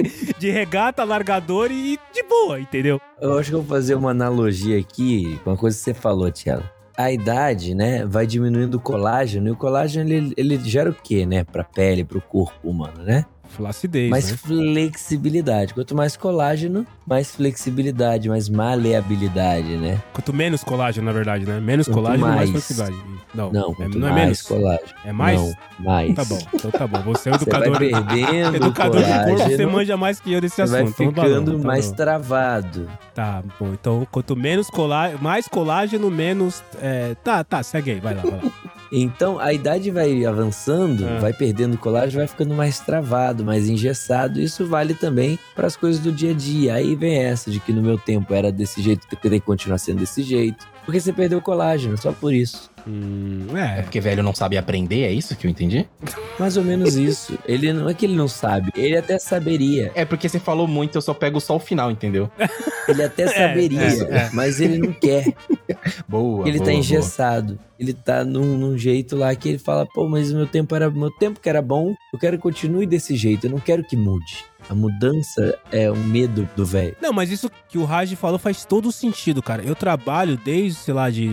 De regata, largador e de boa, entendeu? Eu acho que eu vou fazer uma analogia aqui com uma coisa que você falou, Tiago. A idade, né, vai diminuindo o colágeno, e o colágeno, ele gera o quê, né, pra pele, pro corpo humano, né? Flacidez, mais né? Flexibilidade. Quanto mais colágeno, mais flexibilidade, mais maleabilidade, né? Quanto menos colágeno, na verdade, né? Menos colágeno, mais flexibilidade. Não é menos colágeno. É mais? Não, mais. Tá bom, então tá bom. Você é o educador, vai perdendo educador de corpo, você manja mais que eu desse assunto. Vai ficando mais travado. Tá bom, então quanto menos mais colágeno, menos... Tá, segue aí, vai lá. Então, a idade vai avançando, vai perdendo colágeno, vai ficando mais travado, mais engessado. Isso vale também para as coisas do dia a dia. Aí vem essa de que no meu tempo era desse jeito, tem que continuar sendo desse jeito. Porque você perdeu o colágeno, só por isso. É porque velho não sabe aprender, é isso que eu entendi? Mais ou menos isso. Ele não é que ele não sabe, ele até saberia. É porque você falou muito, eu só pego só o final, entendeu? Ele até saberia, mas ele não quer. Boa, ele tá engessado. Boa. Ele tá num jeito lá que ele fala, pô, mas meu tempo que era bom, eu quero que continue desse jeito, eu não quero que mude. A mudança é um medo do velho. Não, mas isso que o Raj falou faz todo sentido, cara. Eu trabalho desde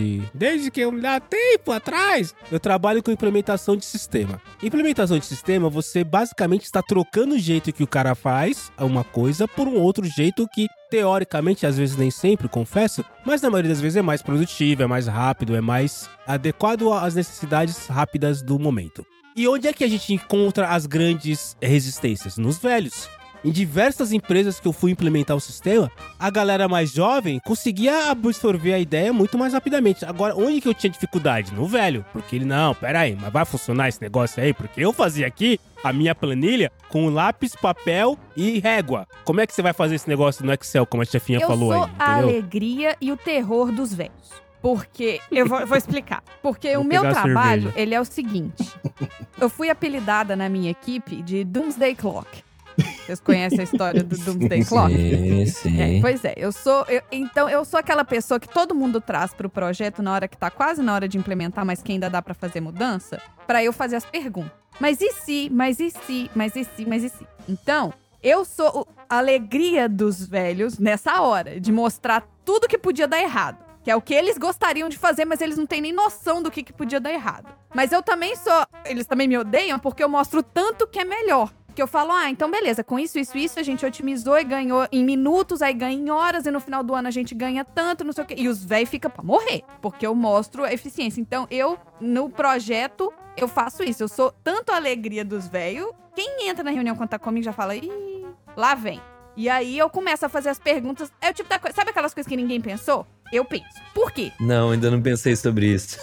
que eu me dá tempo atrás, eu trabalho com implementação de sistema. Implementação de sistema, você basicamente está trocando o jeito que o cara faz uma coisa por um outro jeito que, teoricamente, às vezes nem sempre, confesso, mas na maioria das vezes é mais produtivo, é mais rápido, é mais adequado às necessidades rápidas do momento. E onde é que a gente encontra as grandes resistências? Nos velhos. Em diversas empresas que eu fui implementar o sistema, a galera mais jovem conseguia absorver a ideia muito mais rapidamente. Agora, onde que eu tinha dificuldade? No velho. Porque ele, não, peraí, mas vai funcionar esse negócio aí? Porque eu fazia aqui a minha planilha com lápis, papel e régua. Como é que você vai fazer esse negócio no Excel, como a chefinha falou aí? Eu sou a alegria e o terror dos velhos. Porque, eu vou explicar. Porque o meu trabalho, ele é o seguinte. Eu fui apelidada na minha equipe de Doomsday Clock. Vocês conhecem a história do Doomsday Clock? Sim. Pois é, eu sou aquela pessoa que todo mundo traz pro projeto na hora que tá quase na hora de implementar, mas que ainda dá pra fazer mudança, pra eu fazer as perguntas. Mas e se? Mas e se? Mas e se? Mas e se? Então, eu sou a alegria dos velhos nessa hora, de mostrar tudo que podia dar errado. Que é o que eles gostariam de fazer, mas eles não têm nem noção do que podia dar errado. Mas eu também eles também me odeiam porque eu mostro tanto que é melhor. Que eu falo, então beleza, com isso, a gente otimizou e ganhou em minutos, aí ganha em horas, e no final do ano a gente ganha tanto, não sei o quê. E os velhos ficam pra morrer, porque eu mostro a eficiência. Então, no projeto, eu faço isso. Eu sou tanto a alegria dos velhos, quem entra na reunião quando tá comigo já fala, lá vem. E aí eu começo a fazer as perguntas, é o tipo da coisa, sabe aquelas coisas que ninguém pensou? Eu penso. Por quê? Não, ainda não pensei sobre isso.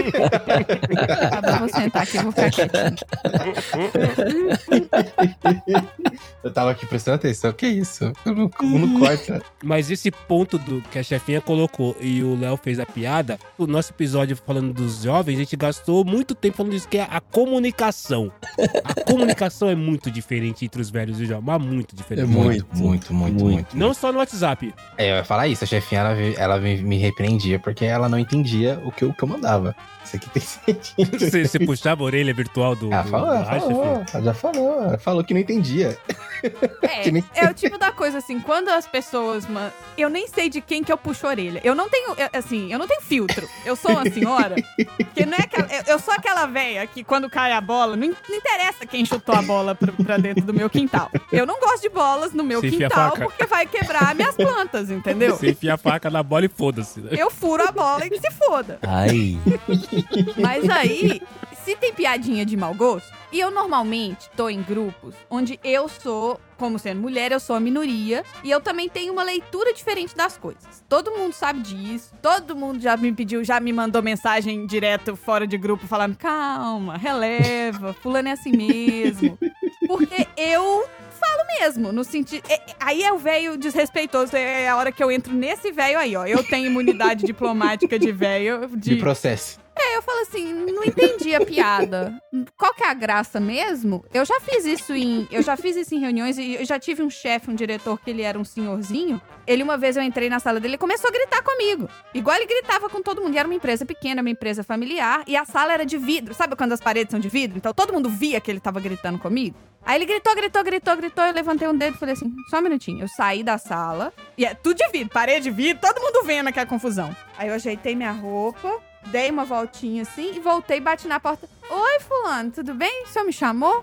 Vou sentar aqui e vou ficar quietinho. Eu tava aqui prestando atenção. Que isso? Eu não corta. Mas esse ponto que a chefinha colocou e o Léo fez a piada, o nosso episódio falando dos jovens, a gente gastou muito tempo falando disso, que é a comunicação. A comunicação é muito diferente entre os velhos e os jovens, mas muito diferente. É muito. Não só no WhatsApp. Eu ia falar isso, a chefinha, ela me repreendia porque ela não entendia o que eu mandava. Isso aqui tem sentido. Você puxava a orelha virtual do... Ela falou que não entendia. É o tipo da coisa assim, quando as pessoas... eu nem sei de quem que eu puxo a orelha. Eu não tenho filtro. Eu sou uma senhora que não é aquela... Eu sou aquela véia que quando cai a bola, não interessa quem chutou a bola pra dentro do meu quintal. Eu não gosto de bolas no meu quintal porque vai quebrar minhas plantas, entendeu? Você enfia a faca na bola e foda-se. Eu furo a bola e se foda. Ai... Mas aí, se tem piadinha de mau gosto, e eu normalmente tô em grupos onde eu sou, como sendo mulher, eu sou a minoria, e eu também tenho uma leitura diferente das coisas. Todo mundo sabe disso, todo mundo já me mandou mensagem direto fora de grupo falando, calma, releva, fulano é assim mesmo. Porque eu falo mesmo, no sentido... Aí é o velho desrespeitoso, é a hora que eu entro nesse velho aí, ó. Eu tenho imunidade diplomática de velho. De processo. Eu falo assim, não entendi a piada. Qual que é a graça mesmo? Eu já fiz isso em reuniões e eu já tive um chefe, um diretor, que ele era um senhorzinho. Ele, uma vez eu entrei na sala dele e começou a gritar comigo. Igual ele gritava com todo mundo. E era uma empresa pequena, uma empresa familiar. E a sala era de vidro. Sabe quando as paredes são de vidro? Então todo mundo via que ele tava gritando comigo. Aí ele gritou. Eu levantei um dedo e falei assim, só um minutinho. Eu saí da sala. E é tudo de vidro, parede de vidro. Todo mundo vendo aquela confusão. Aí eu ajeitei minha roupa. Dei uma voltinha assim e voltei, bati na porta. Oi, fulano, tudo bem? O senhor me chamou?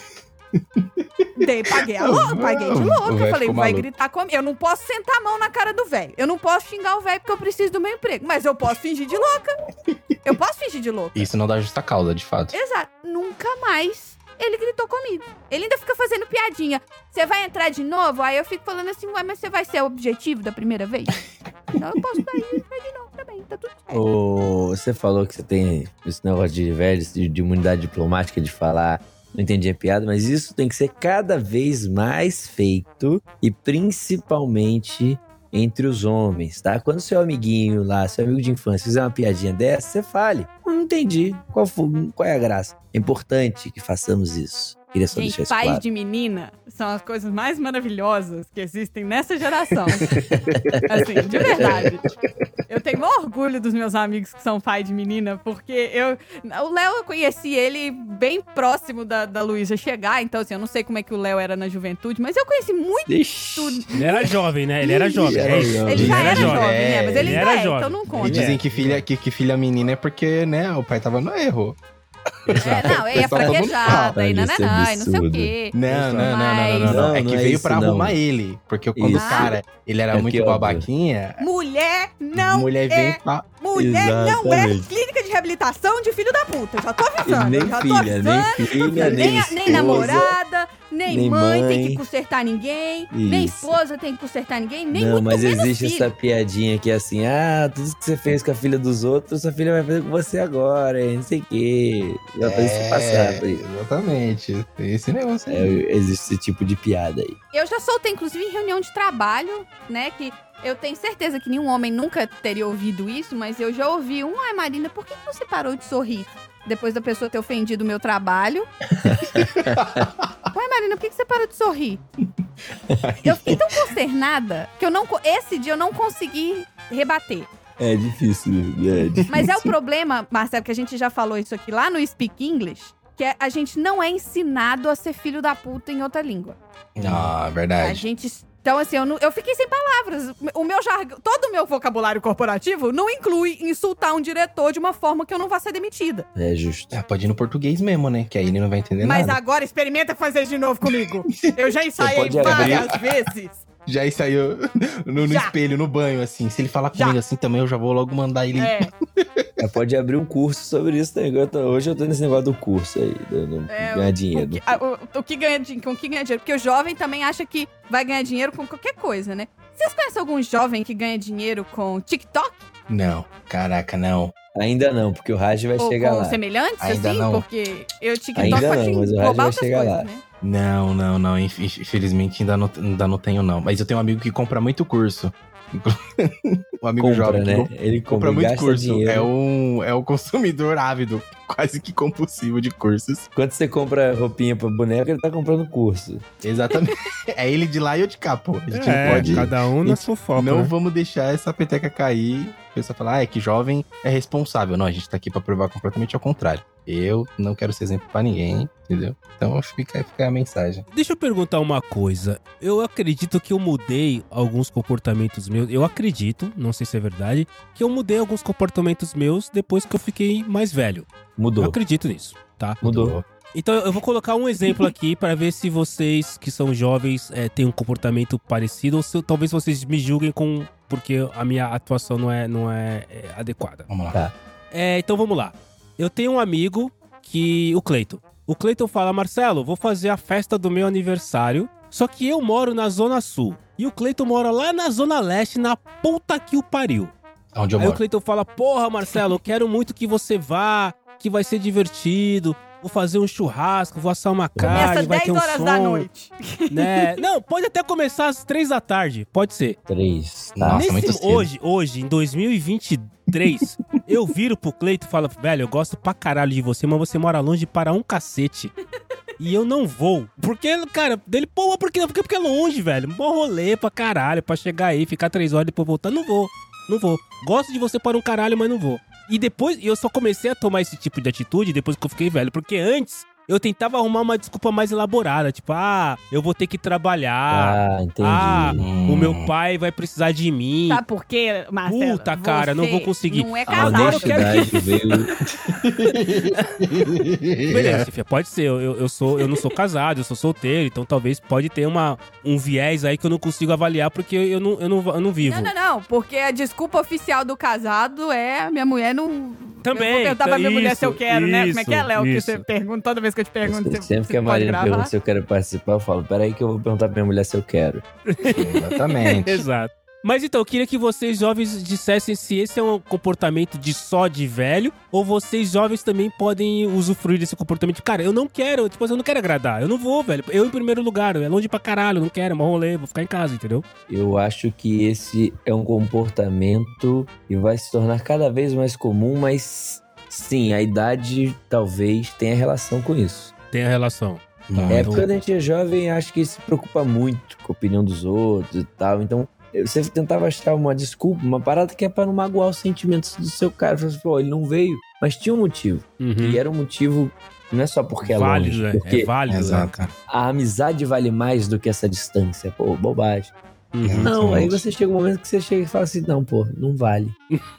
Paguei de louca. Eu falei, vai gritar comigo. Eu não posso sentar a mão na cara do velho. Eu não posso xingar o velho porque eu preciso do meu emprego. Mas eu posso fingir de louca. Isso não dá justa causa, de fato. Exato. Nunca mais ele gritou comigo. Ele ainda fica fazendo piadinha. Você vai entrar de novo? Aí eu fico falando assim, ué, mas você vai ser o objetivo da primeira vez? Não, eu posso dar isso de novo também. tá tudo certo. Você falou que você tem esse negócio de velhos, de imunidade diplomática, de falar, não entendi a piada, mas isso tem que ser cada vez mais feito e principalmente entre os homens, tá? Quando seu amiguinho lá, seu amigo de infância fizer uma piadinha dessa, você fale. Não entendi. Qual é a graça? É importante que façamos isso. Queria só deixar isso pais claro. de menina são as coisas mais maravilhosas que existem nessa geração. Assim, de verdade. Eu tenho maior orgulho dos meus amigos que são pai de menina, porque o Léo, eu conheci ele bem próximo da Luísa chegar, então assim, eu não sei como é que o Léo era na juventude, mas eu conheci muito... Ele era jovem, né? Ele era jovem. Ele já era jovem, né? Mas ele ainda é, jovem. então não conta. E dizem que filha menina é porque, né, o pai tava no erro. Não, é fraquejada e nananã, e não sei o quê. Não. É que veio pra arrumar ele. Porque quando o cara, ele era muito babaquinha... Mulher não vem pra... Mulher não é clínica de reabilitação de filho da puta. Já tô avisando. Nem namorada, nem mãe tem que consertar ninguém, nem esposa tem que consertar ninguém, nem não, muito mas menos existe filho. essa piadinha que é assim, tudo que você fez com a filha dos outros, sua filha vai fazer com você agora, hein? Não sei o quê. Já faz isso passar por isso. Exatamente. Esse negócio aí. Existe esse tipo de piada aí. Eu já soltei, inclusive, em reunião de trabalho, né, que... Eu tenho certeza que nenhum homem nunca teria ouvido isso, mas eu já ouvi ai, Marina, por que você parou de sorrir depois da pessoa ter ofendido o meu trabalho? Ué, Marina, por que você parou de sorrir? Eu fiquei tão consternada que esse dia eu não consegui rebater. É difícil. Mas é o problema, Marcelo, que a gente já falou isso aqui lá no Speak English, que a gente não é ensinado a ser filho da puta em outra língua. Ah, verdade. A gente... Então, assim, eu fiquei sem palavras. O meu jargão, todo o meu vocabulário corporativo não inclui insultar um diretor de uma forma que eu não vá ser demitida. É justo. Pode ir no português mesmo, né? Que aí ele não vai entender nada. Mas agora experimenta fazer de novo comigo. Eu já ensaiei várias vezes. Já ensaiou no espelho, no banho, assim. Se ele falar comigo assim também, eu já vou logo mandar ele... Pode abrir um curso sobre isso também. Hoje eu tô nesse negócio do curso aí, ganhar dinheiro. Com que ganha dinheiro? Porque o jovem também acha que vai ganhar dinheiro com qualquer coisa, né? Vocês conhecem algum jovem que ganha dinheiro com TikTok? Não. Caraca, não. Ainda não, porque o Raj vai chegar lá. Com semelhantes, ainda assim? Não. Porque eu TikTok ainda pode não, mas o Raj vai chegar coisas, lá. né? Não. Infelizmente ainda não tenho, não. Mas eu tenho um amigo que compra muito curso. Um amigo jovem, né? Ele compra muito curso. Dinheiro. É um consumidor ávido, quase que compulsivo de cursos. Quando você compra roupinha pra boneca, ele tá comprando curso. Exatamente. É ele de lá e eu de cá, pô. A gente não pode... cada um na sua fofoca. Não vamos deixar essa peteca cair. A pessoa fala, é que jovem é responsável. Não, a gente tá aqui pra provar completamente ao contrário. Eu não quero ser exemplo pra ninguém, entendeu? Então fica a mensagem. Deixa eu perguntar uma coisa. Eu acredito que eu mudei alguns comportamentos meus. Eu acredito, não sei se é verdade, que eu mudei alguns comportamentos meus depois que eu fiquei mais velho. Mudou. Eu acredito nisso, tá? Mudou. Então eu vou colocar um exemplo aqui para ver se vocês que são jovens têm um comportamento parecido ou se talvez vocês me julguem porque a minha atuação não é adequada. Vamos lá. Tá. Então vamos lá. Eu tenho um amigo o Cleiton. O Cleiton fala, Marcelo, vou fazer a festa do meu aniversário, só que eu moro na Zona Sul. E o Cleiton mora lá na Zona Leste, na puta que o pariu. Onde eu Aí moro. o Cleiton fala, porra, Marcelo, eu quero muito que você vá, que vai ser divertido. Vou fazer um churrasco, vou assar uma carne, vai ter um som. 10 horas da noite. Né? Não, pode até começar às 3 da tarde, pode ser. 3, tá. Nossa, muito cedo. Hoje, em 2023, eu viro pro Cleiton e falo, velho, eu gosto pra caralho de você, mas você mora longe para um cacete. E eu não vou. Porque, cara, dele, pô, por quê? Porque é longe, velho. Bom rolê pra caralho, pra chegar aí, ficar 3 horas e depois voltar. Não vou. Gosto de você para um caralho, mas não vou. E depois, eu só comecei a tomar esse tipo de atitude depois que eu fiquei velho. Porque antes, eu tentava arrumar uma desculpa mais elaborada. Tipo, eu vou ter que trabalhar. Entendi. O meu pai vai precisar de mim. Sabe por quê, Marcelo? Puta, cara, não vou conseguir. Não é A casado, eu quero honestidade que... veio... Beleza, filha, pode ser. Eu não sou casado, eu sou solteiro. Então talvez pode ter um viés aí que eu não consigo avaliar porque eu não vivo. Não. Porque a desculpa oficial do casado é minha mulher não... Também. Eu vou perguntar pra minha mulher se eu quero, né? Como é que é, Léo? Que isso. você pergunta toda vez que eu te pergunto. Sempre que a Marina pergunta se eu quero participar, eu falo, peraí que eu vou perguntar pra minha mulher se eu quero. Exatamente. Exato. Mas então, eu queria que vocês jovens dissessem se esse é um comportamento só de velho, ou vocês jovens também podem usufruir desse comportamento. Cara, eu não quero, tipo, eu não quero agradar, eu não vou, velho. Eu em primeiro lugar, é longe pra caralho, eu não quero, é um rolê, vou ficar em casa, entendeu? Eu acho que esse é um comportamento que vai se tornar cada vez mais comum, mas sim, a idade talvez tenha relação com isso. Tem a relação. Porque quando a gente é jovem, acho que se preocupa muito com a opinião dos outros e tal, então... Você tentava achar uma desculpa, uma parada que é pra não magoar os sentimentos do seu cara. Você falou, ele não veio, mas tinha um motivo. E era um motivo, não é só porque é válido, longe. Porque é válido, cara. A amizade vale mais do que essa distância. Pô, bobagem. Não, aí você chega um momento que você chega e fala assim, não, pô, não vale.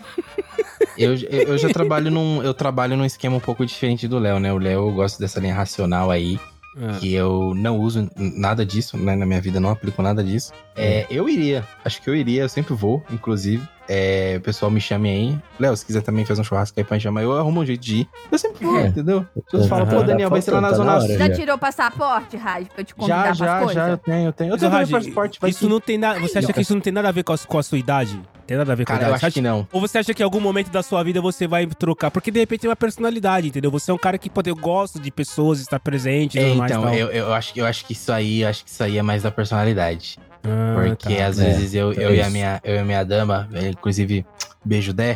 Eu já trabalho num esquema um pouco diferente do Léo, né? O Léo, eu gosto dessa linha racional aí. Que eu não uso nada disso, né? Na minha vida não aplico nada disso. Eu iria, acho que eu sempre vou, inclusive. O pessoal me chame aí. Léo, se quiser também fazer um churrasco aí pra me chamar, eu arrumo um jeito de ir. Eu sempre vou, entendeu? As pessoas falam, pô, Daniel, vai ser lá na Zona Sul. Já tirou passaporte, Raj, pra eu te convidar pras coisas? Já, eu tenho. Eu tenho passaporte. Isso não tem nada. Você acha que isso não tem nada a ver com a sua idade? Tem nada a ver com a idade? Eu acho que não. Ou você acha que em algum momento da sua vida você vai trocar? Porque de repente tem uma personalidade, entendeu? Você é um cara que, pô, eu gosto de pessoas, estar presente e tudo mais. Então, eu acho que isso aí é mais da personalidade. Porque às vezes eu e a minha dama, inclusive, beijo Dé.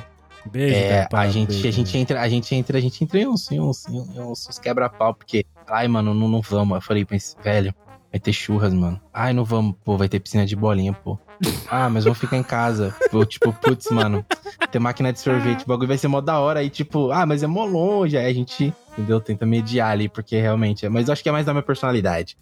A gente entra em uns quebra-pau, porque, ai, mano, não vamos. Eu falei, mas, velho, vai ter churras, mano. Ai, não vamos, pô, vai ter piscina de bolinha, pô. Ah, mas vamos ficar em casa. Tipo, putz, mano, ter máquina de sorvete, o bagulho vai ser mó da hora. Aí, tipo, mas é mó longe. Aí a gente, entendeu? Tenta mediar ali, porque realmente mas eu acho que é mais da minha personalidade.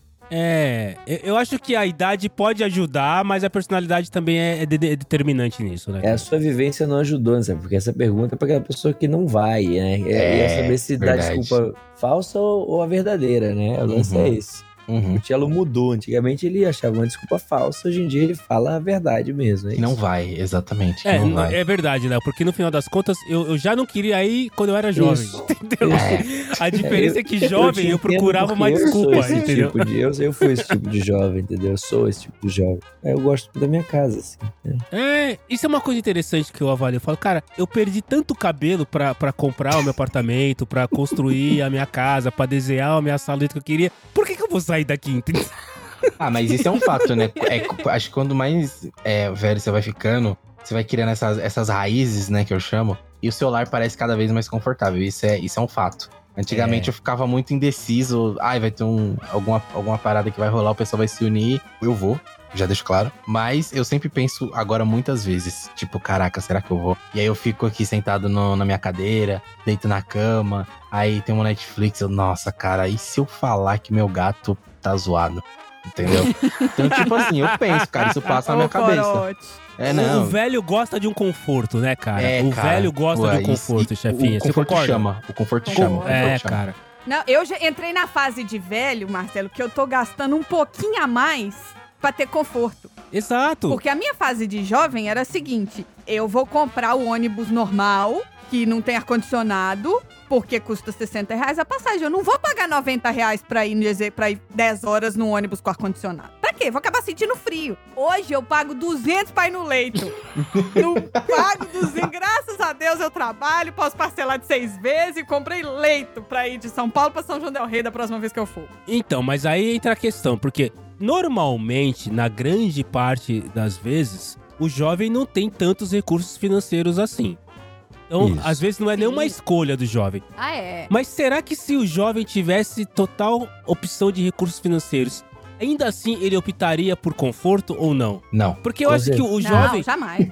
Eu acho que a idade pode ajudar, mas a personalidade também é determinante nisso, né? A sua vivência não ajudou, sabe? Porque essa pergunta é pra aquela pessoa que não vai, né? É saber se dá desculpa falsa ou a verdadeira, né? O lance é esse. O Tchelo mudou. Antigamente ele achava uma desculpa falsa, hoje em dia ele fala a verdade mesmo. Não vai, exatamente. Não vai. É verdade, Léo, porque no final das contas eu já não queria ir quando eu era jovem. Entendeu? A diferença é que jovem eu procurava uma desculpa, entendeu? Eu fui esse tipo de jovem, entendeu? Eu sou esse tipo de jovem. Eu gosto da minha casa, assim. Isso é uma coisa interessante que eu avalio. Eu falo, cara, eu perdi tanto cabelo pra comprar o meu apartamento, pra construir a minha casa, pra desenhar a minha sala do jeito que eu queria. Por que eu vou sair daqui, entendeu? Mas isso é um fato, né? Acho que quando mais velho você vai ficando, você vai criando essas raízes, né, que eu chamo, e o seu lar parece cada vez mais confortável. Isso é um fato. Antigamente eu ficava muito indeciso. Vai ter alguma parada que vai rolar, o pessoal vai se unir. Eu vou, já deixo claro. Mas eu sempre penso agora muitas vezes, tipo, caraca, será que eu vou? E aí eu fico aqui sentado na minha cadeira, deito na cama, aí tem uma Netflix, nossa, cara, e se eu falar que meu gato tá zoado? Entendeu? Então, tipo assim, eu penso, cara, isso passa na minha cabeça. Não. O velho gosta de um conforto, né, cara? Velho gosta de um conforto, chefinha. O conforto chama. O conforto chama. Cara. Não, eu já entrei na fase de velho, Marcelo, que eu tô gastando um pouquinho a mais pra ter conforto. Exato. Porque a minha fase de jovem era a seguinte: eu vou comprar o ônibus normal, que não tem ar-condicionado, porque custa R$60 a passagem. Eu não vou pagar R$90 pra ir 10 horas no ônibus com ar-condicionado. Pra quê? Vou acabar sentindo frio. Hoje eu pago 200 pra ir no leito. Não pago 200. Graças a Deus eu trabalho, posso parcelar de 6 vezes e comprei leito pra ir de São Paulo pra São João del Rei da próxima vez que eu for. Então, mas aí entra a questão, porque normalmente, na grande parte das vezes, o jovem não tem tantos recursos financeiros assim. Então, às vezes não é nenhuma escolha do jovem. Mas será que se o jovem tivesse total opção de recursos financeiros, ainda assim ele optaria por conforto ou não? Não. Porque eu acho que o jovem... Não, jamais.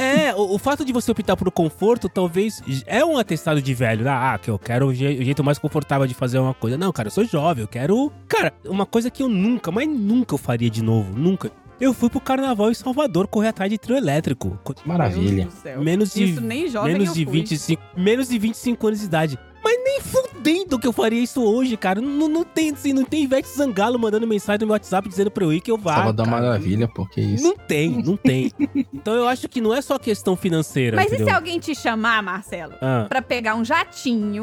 O fato de você optar por conforto talvez é um atestado de velho. Que eu quero o jeito mais confortável de fazer uma coisa. Não, cara, eu sou jovem, eu quero... Cara, uma coisa que eu nunca eu faria de novo. Nunca. Eu fui pro carnaval em Salvador correr atrás de trio elétrico. Maravilha. Menos de 25 anos de idade. Mas nem fudendo que eu faria isso hoje, cara. Não tem Ivete Zangalo mandando mensagem no meu WhatsApp dizendo pra eu ir que eu vá. Salvador Maravilha, pô, que isso? Não tem. Então eu acho que não é só questão financeira. Mas entendeu? E se alguém te chamar, Marcelo, pra pegar um jatinho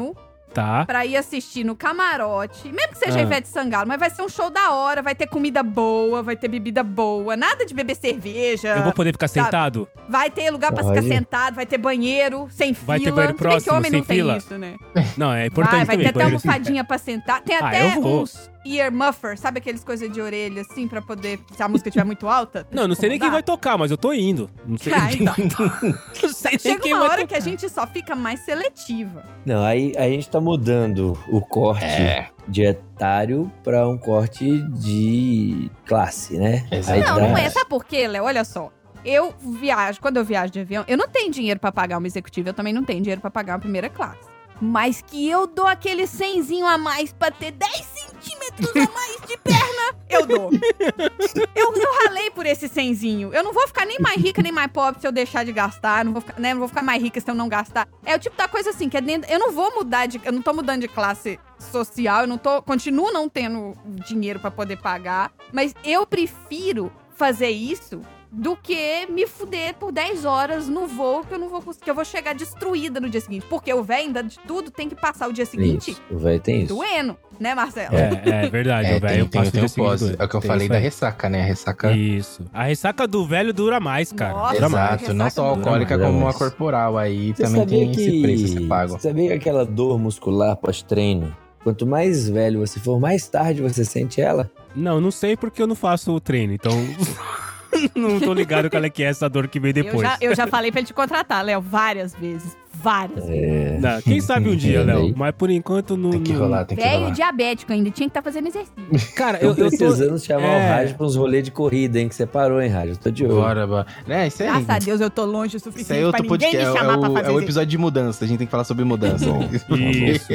Tá. Pra ir assistir no camarote, mesmo que seja Ivete Sangalo, mas vai ser um show da hora, vai ter comida boa, vai ter bebida boa, nada de beber cerveja. Eu vou poder ficar sentado? Vai ter lugar pra ficar sentado, vai ter banheiro sem fila. Vai ter banheiro próximo, que homem sem não fila? tem isso, né? Não, é importante vai também. Vai ter até almofadinha pra sentar. Tem até eu vou. uns ear muffers, sabe aqueles coisas de orelha, assim, pra poder, se a música estiver muito alta? Não sei nem quem vai tocar, mas eu tô indo. Não sei Não sei nem Chega quem uma hora que a gente só fica mais seletiva. Não, aí a gente tá mudando o corte de etário pra um corte de classe, né? Não é. Sabe por quê, Léo? Olha só. Quando eu viajo de avião, eu não tenho dinheiro pra pagar uma executiva, eu também não tenho dinheiro pra pagar uma primeira classe. Mas que eu dou aquele 100zinho a mais pra ter 10 centímetros a mais de perna, eu dou. Eu ralei por esse 100zinho. Eu não vou ficar nem mais rica, nem mais pobre se eu deixar de gastar. Não vou ficar mais rica se eu não gastar. É o tipo da coisa assim, que eu não vou mudar eu não tô mudando de classe social, continuo não tendo dinheiro pra poder pagar. Mas eu prefiro fazer isso do que me fuder por 10 horas no voo que eu não vou conseguir, que eu vou chegar destruída no dia seguinte. Porque o velho, ainda de tudo, tem que passar o dia seguinte o velho tem isso. doendo, né, Marcelo? É verdade, o velho passa o dia seguinte. É o que eu falei da ressaca, né? A ressaca... Isso. A ressaca do velho dura mais, cara. Nossa, dura mais. Exato, não só alcoólica como a corporal. Aí você também tem esse preço a ser pago. Você sabia que aquela dor muscular pós-treino, quanto mais velho você for, mais tarde você sente ela? Não sei porque eu não faço o treino, então... Não tô ligado qual é que é essa dor que vem depois. Eu já falei pra ele te contratar, Léo, várias vezes. Várias vezes. Não, quem sabe um dia, Léo. Mas por enquanto não... Tem que rolar. Velho diabético ainda, tinha que estar fazendo exercício. Cara, eu tô precisando chamar o Rádio pra uns rolês de corrida, hein? Que você parou, hein, Rádio? Eu tô de olho. Bora. Isso aí. Graças a Deus eu tô longe o suficiente Isso pra ninguém me chamar pra fazer É o episódio de mudança, a gente tem que falar sobre mudança. Isso.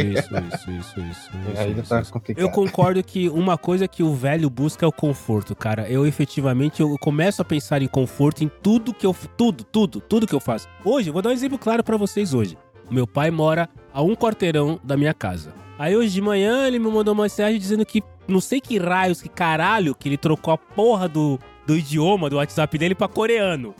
Aí tá complicado. Eu concordo que uma coisa que o velho busca é o conforto, cara. Eu começo a pensar em conforto em tudo que eu faço. Hoje, eu vou dar um exemplo claro pra vocês hoje. O meu pai mora a 1 quarteirão da minha casa. Aí hoje de manhã ele me mandou uma mensagem dizendo que não sei que caralho, que ele trocou a porra do idioma do WhatsApp dele pra coreano.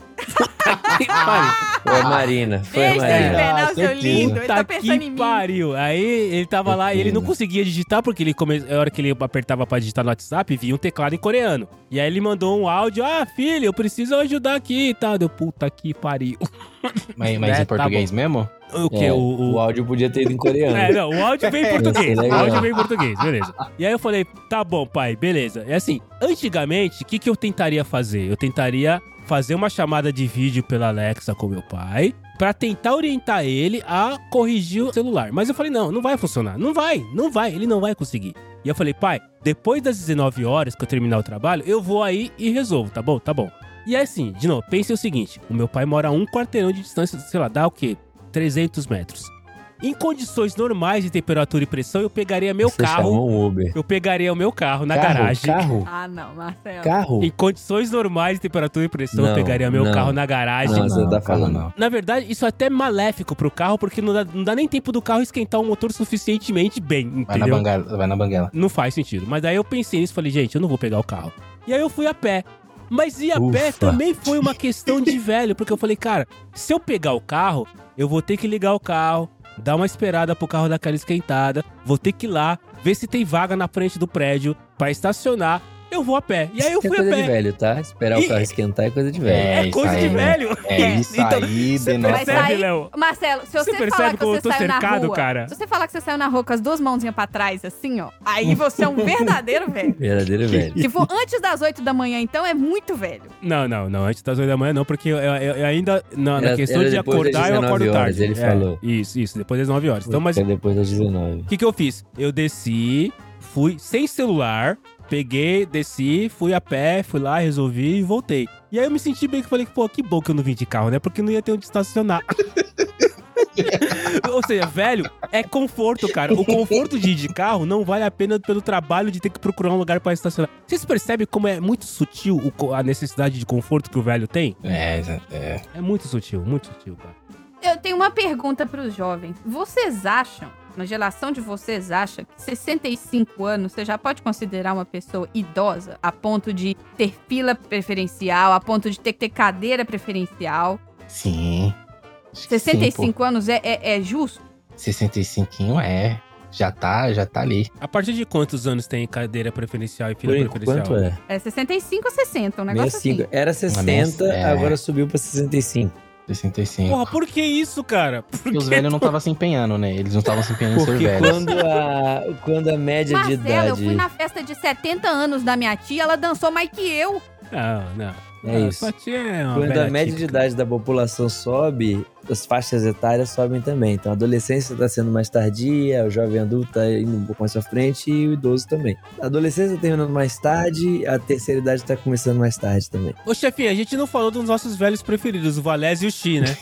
Foi a Marina. Infernal, seu lindo. Ele tá pensando em mim. Pariu. Aí ele tava lá e ele não conseguia digitar, porque a hora que ele apertava pra digitar no WhatsApp, vinha um teclado em coreano. E aí ele mandou um áudio, filho, eu preciso ajudar aqui e tal. Deu, puta que pariu. Mas em português mesmo? O quê? O áudio podia ter ido em coreano. O áudio veio em português. O áudio veio em português, beleza. E aí eu falei, tá bom, pai, beleza. É assim, antigamente, o que eu tentaria fazer? Eu tentaria fazer uma chamada de vídeo pela Alexa com meu pai pra tentar orientar ele a corrigir o celular. Mas eu falei, não vai funcionar. Não vai, ele não vai conseguir. E eu falei, pai, depois das 19 horas que eu terminar o trabalho, eu vou aí e resolvo, tá bom? Tá bom. E aí assim, de novo, pense o seguinte, o meu pai mora a 1 quarteirão de distância, sei lá, dá o quê? 300 metros. Em condições normais de temperatura e pressão, eu pegaria meu carro. Um Uber. Eu pegaria o meu carro na garagem. Carro? Ah, não, Marcelo. Carro? Em condições normais de temperatura e pressão, eu pegaria meu carro na garagem. Não, você tá falando não. Na verdade, isso é até maléfico pro carro, porque não dá nem tempo do carro esquentar o motor suficientemente bem, entendeu? Vai na banguela. Não faz sentido. Mas daí eu pensei nisso e falei, gente, eu não vou pegar o carro. E aí eu fui a pé. Mas ir a pé também foi uma questão de velho, porque eu falei, cara, se eu pegar o carro, eu vou ter que ligar o carro, dar uma esperada pro carro dar aquela esquentada, vou ter que ir lá, ver se tem vaga na frente do prédio pra estacionar. Eu vou a pé. E aí eu fui a pé. É coisa de velho, tá? Esperar o carro esquentar é coisa de velho. É coisa de velho. Isso aí, percebe, Léo? Marcelo, se você falar que você saiu na rua, cara? Se você falar que você saiu na rua com as duas mãozinhas pra trás, assim, ó, aí você é um verdadeiro velho. Verdadeiro velho. Se for antes das 8 da manhã, então, é muito velho. Não, antes das 8 da manhã não, porque eu ainda, na questão de acordar, eu acordo tarde. Ele falou. Isso, depois das 9 horas. Então, mas depois das 19. O que eu fiz? Eu desci, fui sem celular, peguei, desci, fui a pé, fui lá, resolvi e voltei. E aí eu me senti bem, que falei, pô, que bom que eu não vim de carro, né? Porque não ia ter onde estacionar. Ou seja, velho, é conforto, cara. O conforto de ir de carro não vale a pena pelo trabalho de ter que procurar um lugar pra estacionar. Vocês percebem como é muito sutil a necessidade de conforto que o velho tem? É muito sutil, cara. Eu tenho uma pergunta pros jovens. Vocês acham, na geração de vocês, acham que 65 anos você já pode considerar uma pessoa idosa a ponto de ter fila preferencial, a ponto de ter que ter cadeira preferencial? Sim. 65 anos é justo? 65 já tá ali. A partir de quantos anos tem cadeira preferencial e fila preferencial? Quanto é? É 65 ou 60, um negócio 65. Assim. Era 60, agora subiu pra 65. 65. Porra, por que isso, cara? Porque os velhos não estavam se empenhando, né? Eles não estavam se empenhando em ser velhos. Quando a média de idade... eu fui na festa de 70 anos da minha tia, ela dançou mais que eu. Não. É isso. Quando a média de idade da população sobe, as faixas etárias sobem também. Então a adolescência está sendo mais tardia, o jovem adulto está indo um pouco mais pra frente e o idoso também. A adolescência terminando mais tarde, a terceira idade está começando mais tarde também. Ô, chefinha, a gente não falou dos nossos velhos preferidos, o Valese e o Xi, né?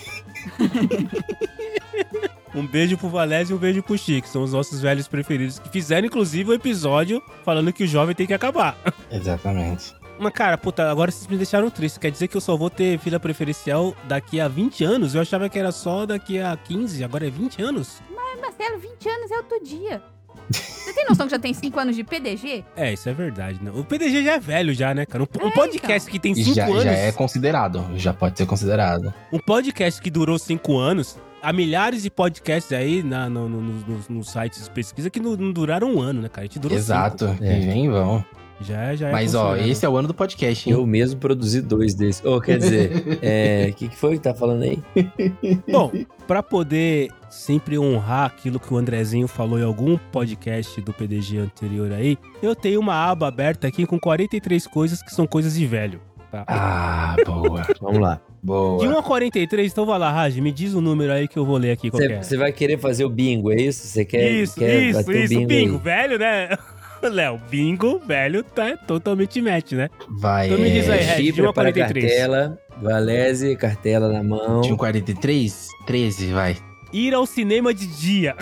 Um beijo pro Valese e um beijo pro Xi, que são os nossos velhos preferidos, que fizeram inclusive um episódio falando que o jovem tem que acabar. Exatamente. Mas, cara, puta, agora vocês me deixaram triste. Quer dizer que eu só vou ter fila preferencial daqui a 20 anos? Eu achava que era só daqui a 15, agora é 20 anos? Mas, Marcelo, 20 anos é outro dia. Você tem noção que já tem 5 anos de PDG? É, isso é verdade, né? O PDG já é velho já, né, cara? Um podcast que tem 5 anos... Já é considerado, já pode ser considerado. Um podcast que durou 5 anos... Há milhares de podcasts aí nos sites de pesquisa que não duraram um ano, né, cara? A gente durou 5. Exato, e nem vão. Já é. Mas, esse é o ano do podcast, hein? Eu mesmo produzi 2 desses. Quer dizer, o que foi que tá falando aí? Bom, pra poder sempre honrar aquilo que o Andrezinho falou em algum podcast do PDG anterior aí, eu tenho uma aba aberta aqui com 43 coisas que são coisas de velho. Tá? Ah, boa. Vamos lá. Boa. De 1 a 43, então vai lá, Raj, me diz o número aí que eu vou ler aqui qualquer. Você vai querer fazer o bingo, é isso? Você quer Isso, bingo, velho, né? Léo, bingo, velho, tá totalmente match, né? Vai, então me diz aí, Red, de 1 a 43. Cartela, Valese, cartela na mão. De 1 a 43? 13, vai. Ir ao cinema de dia.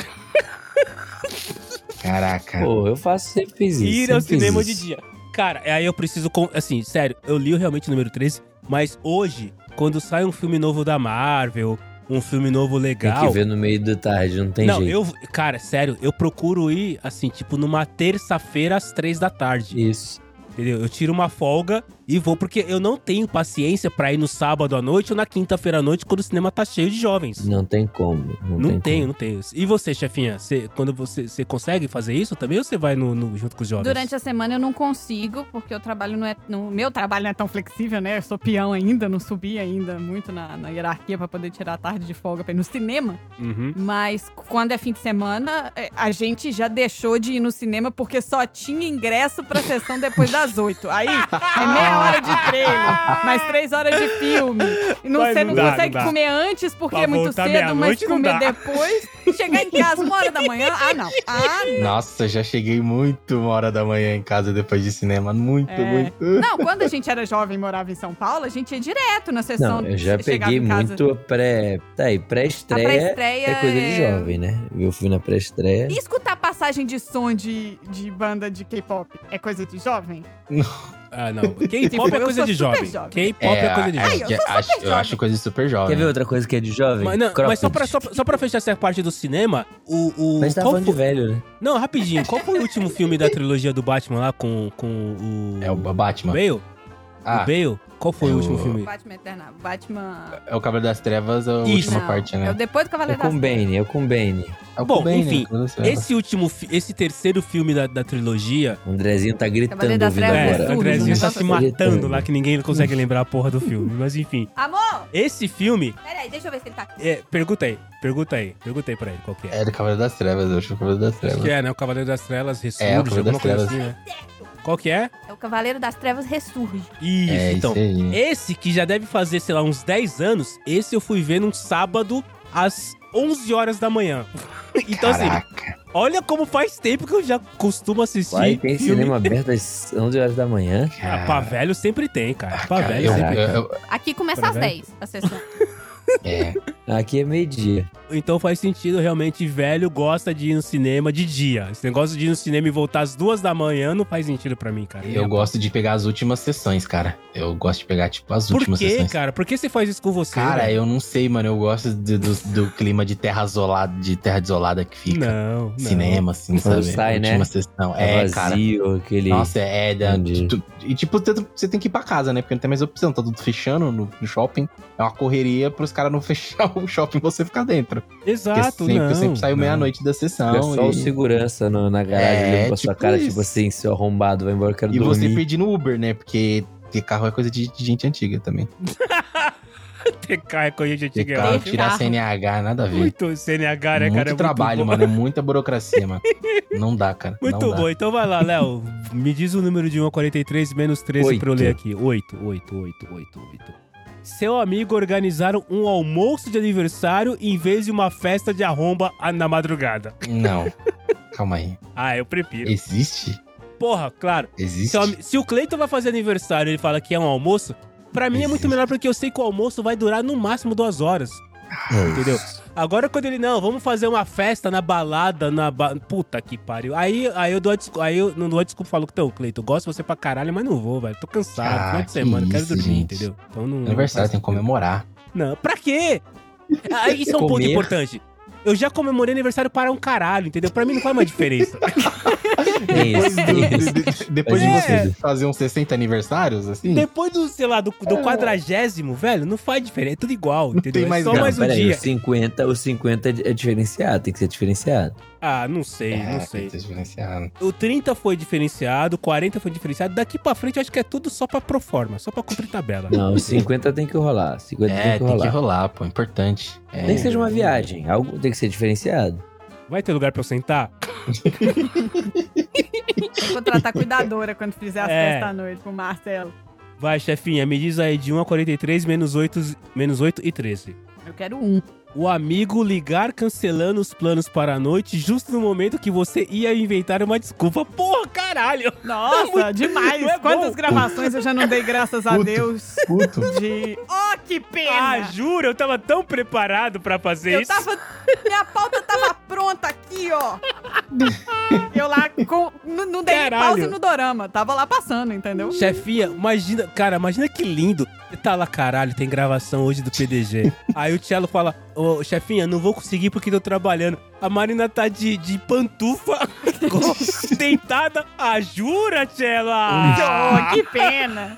Caraca. Pô, eu sempre fiz isso. Ir ao cinema de dia. Cara, aí eu preciso... Assim, sério, eu li realmente o número 13, mas hoje, quando sai um filme novo da Marvel, um filme novo legal... Tem que ver no meio da tarde, não tem jeito. Cara, sério, eu procuro ir, assim, tipo, numa terça-feira às 3 da tarde. Isso. Entendeu? Eu tiro uma folga e vou, porque eu não tenho paciência pra ir no sábado à noite ou na quinta-feira à noite quando o cinema tá cheio de jovens. Não tem como. Não tenho. E você, chefinha? Quando você consegue fazer isso também ou você vai junto com os jovens? Durante a semana eu não consigo, porque o meu trabalho não é tão flexível, né? Eu sou peão ainda, não subi ainda muito na hierarquia pra poder tirar a tarde de folga pra ir no cinema. Uhum. Mas quando é fim de semana, a gente já deixou de ir no cinema porque só tinha ingresso pra sessão depois das 8. Aí é meia hora de trailer, mais 3 horas de filme. E você não consegue comer antes porque é muito cedo, mas comer depois. Chegar em casa 1h da manhã, não. Nossa, já cheguei muito 1h da manhã em casa depois de cinema. Muito. Não, quando a gente era jovem e morava em São Paulo, a gente ia direto na sessão. Não, eu já peguei muito pré-estreia é coisa de jovem, né? Eu fui na pré-estreia. E escutar passagem de som de banda de K-pop é coisa de jovem? Não. K-pop é coisa de jovem. K-pop é coisa de jovem. Eu acho coisa de super jovem. Quer ver outra coisa que é de jovem? Mas só pra fechar essa parte do cinema, Mas tá falando de velho, né? Não, rapidinho. Qual foi o último filme da trilogia do Batman lá com o... É o Batman. Bale? O Bale? Qual foi o último filme? Batman Eterno. Batman... É o Cavaleiro das Trevas, a última parte, né? É o depois do Cavaleiro das Trevas. É com Bane. Bom, enfim, esse terceiro filme da trilogia... O Andrezinho tá gritando ouvindo agora. O Andrezinho tá se matando lá, que ninguém consegue lembrar a porra do filme. Mas enfim. Amor! Esse filme... Peraí, deixa eu ver se ele tá aqui. Pergunta aí pra ele qual que é. É do Cavaleiro das Trevas, eu acho que é o Cavaleiro das Trevas. Acho que é, né? O Cavaleiro das Trevas ressurge, o Cavaleiro alguma das coisa Trevas. assim, né? Qual que é? É o Cavaleiro das Trevas ressurge. Isso, então. Isso esse que já deve fazer, sei lá, uns 10 anos, esse eu fui ver num sábado às 11 horas da manhã. Então, Caraca. assim, olha como faz tempo que eu já costumo assistir. Tem cinema aberto às 11 horas da manhã. Pra velho sempre tem, cara. Pra velho sempre tem. Aqui começa às 10 a sessão. Aqui é meio-dia. Então faz sentido, realmente, velho gosta de ir no cinema de dia. Esse negócio de ir no cinema e voltar às 2 da manhã não faz sentido pra mim, cara. Eu gosto de pegar as últimas sessões, cara. Eu gosto de pegar, tipo, as últimas sessões. Por quê, cara? Por que você faz isso com você? Cara, velho? eu não sei, mano. Eu gosto do clima de terra desolada que fica. Não. Cinema, assim, Quando sabe? sai, última né? sessão. Vazio, cara. Aquele... Nossa, e tipo, você tem que ir pra casa, né? Porque não tem mais opção. Tá tudo fechando no shopping. É uma correria pros caras não fechar o shopping você ficar dentro. Exato, Eu sempre saio meia-noite da sessão. É só o segurança na garagem olhando pra sua cara, isso. tipo assim, seu arrombado, vai embora, eu quero dormir. E você pedindo Uber, né? Porque ter carro é coisa de gente antiga também. Ter carro é coisa de antiga. Carro, tirar CNH, nada a ver. Muito CNH, né, cara? Muito trabalho, mano. É muita burocracia, mano. Não dá, cara. Muito bom. Então vai lá, Léo. Me diz o número de 1 a 43 menos 13 pra eu ler aqui. 8. Seu amigo organizaram um almoço de aniversário em vez de uma festa de arromba na madrugada. Não. Calma aí. Eu prefiro. Existe? Porra, claro. Existe? Se o Cleiton vai fazer aniversário e ele fala que é um almoço, pra mim é muito melhor porque eu sei que o almoço vai durar no máximo 2 horas. Entendeu? Agora quando ele, vamos fazer uma festa na balada, puta que pariu. Aí eu não dou desculpa, falo que Cleiton, eu gosto de você pra caralho, mas não vou, velho. Tô cansado, final de semana, quero dormir, gente. Entendeu? Então não. Aniversário tem que comemorar. Não, pra quê? Isso é um ponto importante. Eu já comemorei aniversário para um caralho, entendeu? Pra mim não faz mais diferença. Depois de você fazer uns 60 aniversários, assim? Depois do, sei lá, do 40º, velho, não faz diferença. É tudo igual, entendeu? Mais só mais um dia. O 50 é diferenciado, tem que ser diferenciado. Não sei. Tem que ser diferenciado. O 30 foi diferenciado, o 40 foi diferenciado. Daqui pra frente eu acho que é tudo só pra proforma, só pra cumprir tabela. Não, o 50 tem que rolar. 50 tem que rolar, pô, importante. Nem que seja uma viagem, algo tem que ser diferenciado. Vai ter lugar pra eu sentar? Tem que contratar cuidadora quando fizer a festa à noite pro Marcelo. Vai, chefinha, me diz aí de 1 a 43, menos 8 e 13. Eu quero 1. O amigo ligar cancelando os planos para a noite justo no momento que você ia inventar uma desculpa. Porra, caralho! Nossa, demais! Quantas gravações eu já não dei, graças a Deus. Puto. Que pena! Juro, eu tava tão preparado pra fazer isso. Minha pauta tava pronta aqui, ó. Eu lá, não dei pausa no dorama. Tava lá passando, entendeu? Chefinha, imagina que lindo. Você tá lá, caralho, tem gravação hoje do PDG. Aí o Tchelo fala, chefinha, não vou conseguir porque tô trabalhando. A Marina tá de pantufa, deitada. Jura, Tchelo? Que pena.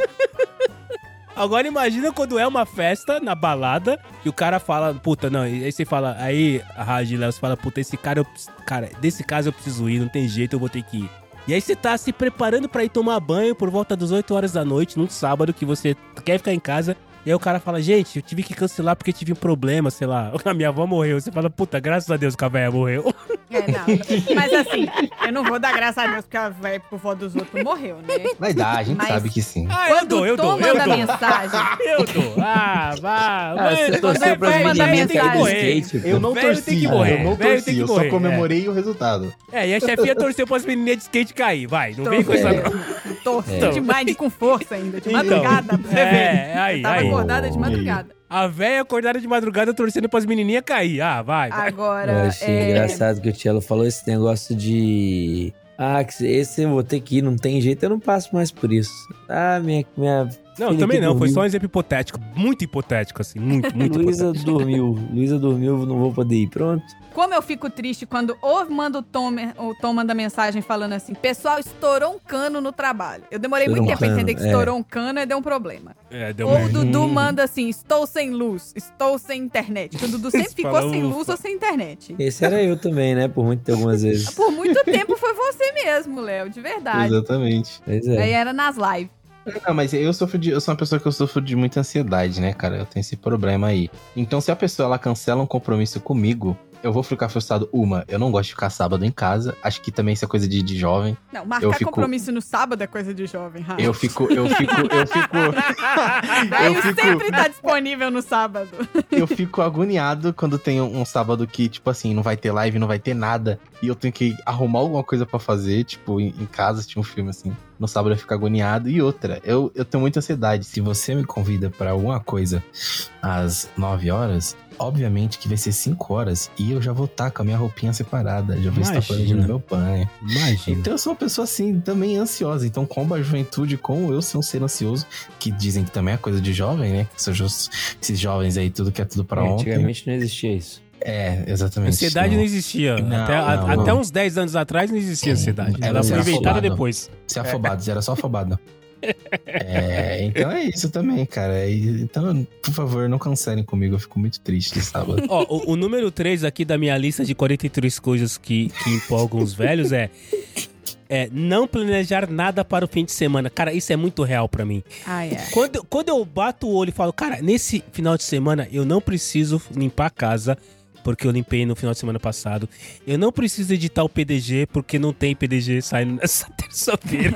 Agora imagina quando é uma festa na balada e o cara fala, puta, não, aí você fala, aí a Raj Léo, você fala, puta, esse cara, desse caso eu preciso ir, não tem jeito, eu vou ter que ir. E aí você tá se preparando pra ir tomar banho por volta das 8 horas da noite, num sábado que você quer ficar em casa. E aí o cara fala, gente, eu tive que cancelar porque tive um problema, sei lá, a minha avó morreu. Você fala, puta, graças a Deus que a véia morreu. Não. Mas assim, eu não vou dar graças a Deus porque a véia por vó dos outros morreu, né? Vai dar, a gente sabe que sim. Eu dou. Mensagem. Eu dou. Você torceu pra menininha cair de skate. Eu não torci, eu só comemorei o resultado. E a chefinha torceu pras menininhas de skate cair, vai, não vem com essa não. Torci demais e com força ainda, de madrugada, pra você ver. Aí. Acordada de madrugada. A véia acordada de madrugada torcendo pras menininhas cair. Vai. Agora, eu achei engraçado que o Tchelo falou esse negócio de... esse eu vou ter que ir, não tem jeito, eu não passo mais por isso. Minha não, também não, foi só um exemplo hipotético, muito hipotético, assim, muito Luísa dormiu, não vou poder ir, pronto. Como eu fico triste quando ou manda o Tom manda mensagem falando assim, pessoal, estourou um cano no trabalho. Eu demorei muito tempo pra entender que estourou um cano e deu um problema. Ou o Dudu manda assim, estou sem luz, estou sem internet. Porque o Dudu sempre ficou sem luz ou sem internet. Esse era eu também, né, algumas vezes. Por muito tempo foi você mesmo, Léo, de verdade. Exatamente. Pois é. Aí era nas lives. Não, mas eu sou uma pessoa que eu sofro de muita ansiedade, né, cara? Eu tenho esse problema aí. Então, se a pessoa, ela cancela um compromisso comigo, eu vou ficar frustrado. Eu não gosto de ficar sábado em casa. Acho que também isso é coisa de jovem. Não, marcar compromisso no sábado é coisa de jovem, Rafa. Eu fico... sempre tá disponível no sábado. Eu fico agoniado quando tem um sábado que, tipo assim, não vai ter live, não vai ter nada. E eu tenho que arrumar alguma coisa pra fazer, tipo, em casa, assistir um filme, assim. No sábado eu fico agoniado. E outra, eu tenho muita ansiedade. Se você me convida pra alguma coisa às 9 horas... Obviamente que vai ser 5 horas e eu já vou estar com a minha roupinha separada, já vou estar planejando meu banho. Imagina. Então eu sou uma pessoa assim, também ansiosa. Então, como a juventude, como eu ser um ser ansioso, que dizem que também é coisa de jovem, né? Que são esses jovens aí, tudo que é tudo pra ontem. Antigamente não existia isso. Exatamente. Ansiedade não existia. Até uns 10 anos atrás não existia ansiedade. Ela foi inventada depois. Ser afobado, era só afobado. Então é isso também, cara. Então, por favor, não cancelem comigo, eu fico muito triste de sábado. O número 3 aqui da minha lista de 43 coisas que empolgam os velhos é não planejar nada para o fim de semana. Cara, isso é muito real pra mim. Quando eu bato o olho e falo, cara, nesse final de semana eu não preciso limpar a casa, porque eu limpei no final de semana passado. Eu não preciso editar o PDG, porque não tem PDG saindo nessa terça-feira.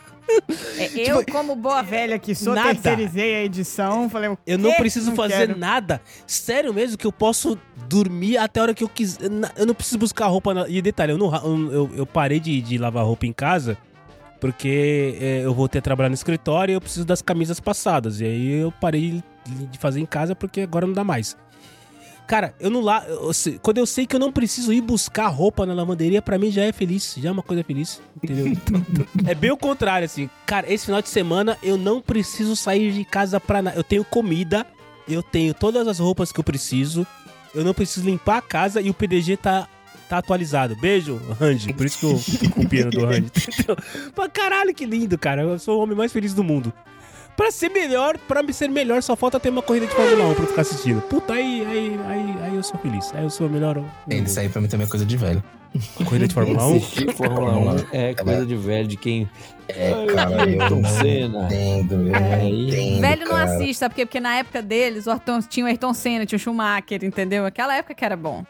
Eu, como boa velha que sou, terceirizei a edição. Falei, eu não preciso fazer nada. Sério mesmo que eu posso dormir até a hora que eu quiser. Eu não preciso buscar roupa. E detalhe, eu parei de lavar roupa em casa, porque eu voltei a trabalhar no escritório e eu preciso das camisas passadas. E aí eu parei de fazer em casa, porque agora não dá mais. Cara, quando eu sei que eu não preciso ir buscar roupa na lavanderia, pra mim já é feliz, já é uma coisa feliz, entendeu? É bem o contrário, assim. Cara, esse final de semana eu não preciso sair de casa pra nada. Eu tenho comida, eu tenho todas as roupas que eu preciso, eu não preciso limpar a casa e o PDG tá atualizado. Beijo, Randy. Por isso que eu fico com pena do Randy. Mas caralho, que lindo, cara. Eu sou o homem mais feliz do mundo. Pra ser melhor, só falta ter uma corrida de Fórmula 1 pra eu ficar assistindo. Puta, aí eu sou feliz. Aí eu sou o melhor. Isso aí pra mim também é coisa de velho. Corrida de Fórmula 1? Assistir Fórmula 1 é coisa de velho, de quem... cara, eu não entendo. Velho não assista, porque na época deles, tinha o Ayrton Senna, tinha o Schumacher, entendeu? Aquela época que era bom.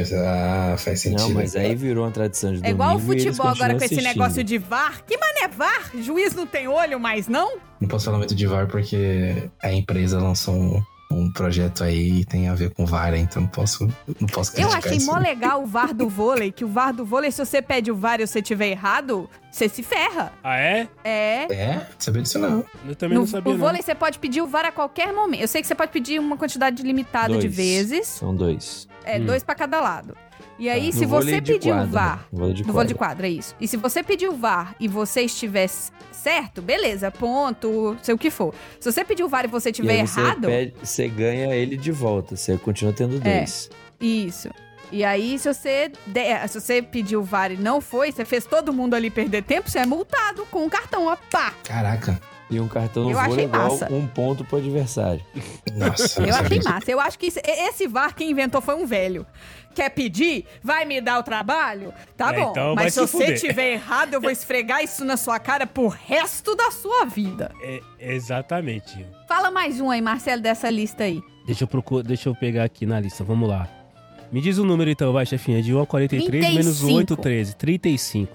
Faz sentido. Não, mas aí virou uma tradição de domingo. É igual o futebol agora com esse negócio de VAR. Que mané VAR? Juiz não tem olho mais, não? Não posso falar muito de VAR porque a empresa lançou um projeto aí e tem a ver com VAR, então não posso criticar. Eu achei mó legal o VAR do vôlei, que o VAR do vôlei, se você pede o VAR e você tiver errado, você se ferra. Ah, é? Sabia disso não. Eu também não sabia, no vôlei você pode pedir o VAR a qualquer momento. Eu sei que você pode pedir uma quantidade limitada de vezes. São 2. 2 pra cada lado. E aí, se você pedir o VAR... No vôlei de quadra, é isso. E se você pedir o VAR e você estiver certo, beleza, ponto, sei o que for. Se você pedir o VAR e você estiver errado... Você ganha ele de volta, você continua tendo 2. Isso. E aí, se você pedir o VAR e não foi, você fez todo mundo ali perder tempo, você é multado com um cartão, ó, pá! Caraca. E um cartão no vôlei igual 1 ponto pro adversário. Nossa. Eu achei massa. Eu acho que esse VAR quem inventou foi um velho. Quer pedir? Vai me dar o trabalho? Tá bom. Então mas se você tiver errado, eu vou esfregar isso na sua cara pro resto da sua vida. Exatamente. Fala mais um aí, Marcelo, dessa lista aí. Deixa eu pegar aqui na lista. Vamos lá. Me diz o número então, vai, chefinha. De 1 a 43, 35. Menos 8, 13. 35.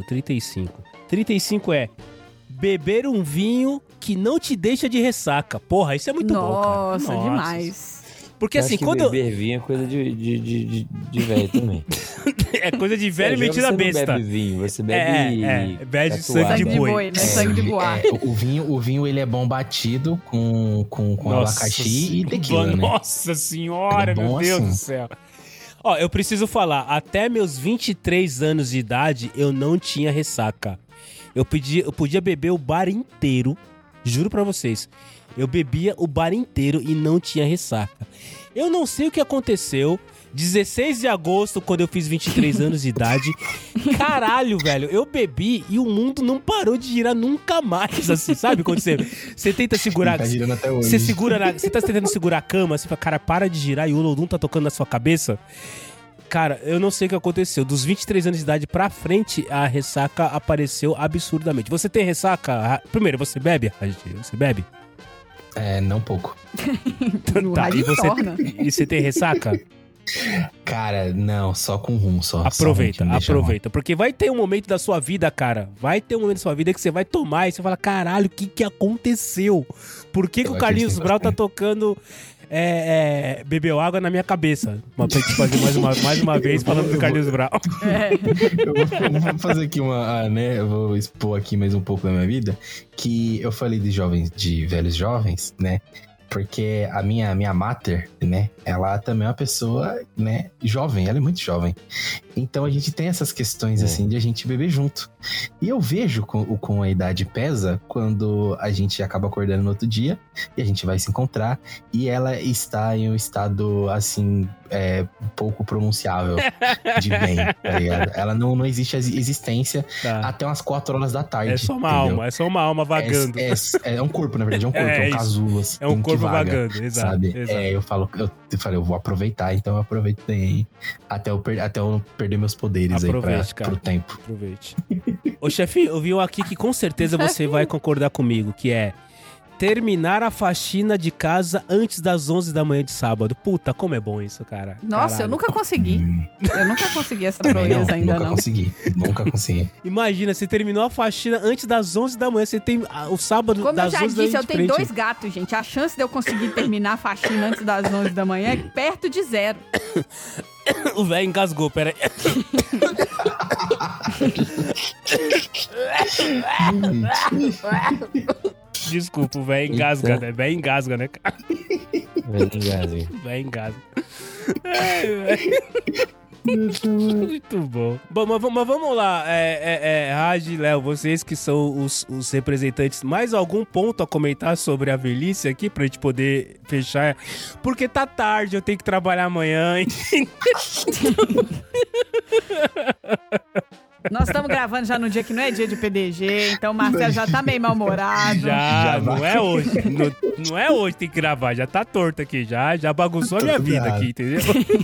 35 é beber um vinho que não te deixa de ressaca. Porra, isso é muito bom, cara. Nossa, demais. Porque assim, quando beber vinho é coisa de velho também. É coisa de velho metida besta. Você não bebe vinho, você bebe... bebe sangue de boi. Sangue de boa. O vinho, ele é bom batido com abacaxi e tequila, né? Nossa senhora, meu Deus do céu. Ó, eu preciso falar, até meus 23 anos de idade, eu não tinha ressaca. Eu podia beber o bar inteiro, juro pra vocês. Eu bebia o bar inteiro e não tinha ressaca. Eu não sei o que aconteceu. 16 de agosto, quando eu fiz 23 anos de idade. Caralho, velho. Eu bebi e o mundo não parou de girar nunca mais, assim, sabe? Quando você tenta segurar... Tá girando até hoje. Você tá tentando segurar a cama, assim, fala, cara, para de girar e o Olodum tá tocando na sua cabeça. Cara, eu não sei o que aconteceu. Dos 23 anos de idade pra frente, a ressaca apareceu absurdamente. Você tem ressaca? Primeiro, você bebe? Você bebe? Não pouco. Tá, e você tem ressaca? Cara, não, só com rum, só. Aproveita. Porque vai ter um momento da sua vida, cara. Vai ter um momento da sua vida que você vai tomar e você fala, caralho, o que aconteceu? Por que o Carlinhos Brau tá tocando... bebeu água na minha cabeça. Pra gente fazer mais uma vez falando do Carlinhos Brau. Eu vou fazer aqui eu vou expor aqui mais um pouco da minha vida, que eu falei de velhos jovens, né? Porque a minha mater, né, ela também é uma pessoa, né, jovem, ela é muito jovem. Então a gente tem essas questões, assim, de a gente beber junto. E eu vejo com a idade pesa quando a gente acaba acordando no outro dia e a gente vai se encontrar e ela está em um estado, assim, pouco pronunciável de bem, tá ligado? Ela não existe a existência até umas 4 horas da tarde. É só uma alma vagando. É um corpo, na verdade, é um corpo, é um casulo, assim. É um corpo vaga, vagando, exato. Sabe? Exato. Eu falei, eu vou aproveitar, então eu aproveitei até eu perder meus poderes. Aproveite, aí pro tempo. Aproveite. Ô, chefinho, eu vi um aqui que com certeza você vai concordar comigo, que é terminar a faxina de casa antes das 11 da manhã de sábado. Puta, como é bom isso, cara. Nossa, caralho. Eu nunca consegui. Eu nunca consegui essa proeza ainda, não. Nunca consegui. Imagina, você terminou a faxina antes das 11 da manhã, você tem o sábado como das 11 da manhã. Como eu já disse, eu tenho 2 gatos, gente. A chance de eu conseguir terminar a faxina antes das 11 da manhã é perto de 0. O velho engasgou, peraí. Desculpa, o velho engasga, né? Velho engasga, né, cara? Velho engasga. Muito bom. Bom, mas vamos lá. Raj e Léo, vocês que são os representantes, mais algum ponto a comentar sobre a velhice aqui pra gente poder fechar? Porque tá tarde, eu tenho que trabalhar amanhã. Nós estamos gravando já no dia que não é dia de PDG, então o Marcelo já tá meio mal-humorado. Já não é hoje. Não é hoje que tem que gravar, já tá torto aqui, já bagunçou a minha vida aqui, entendeu?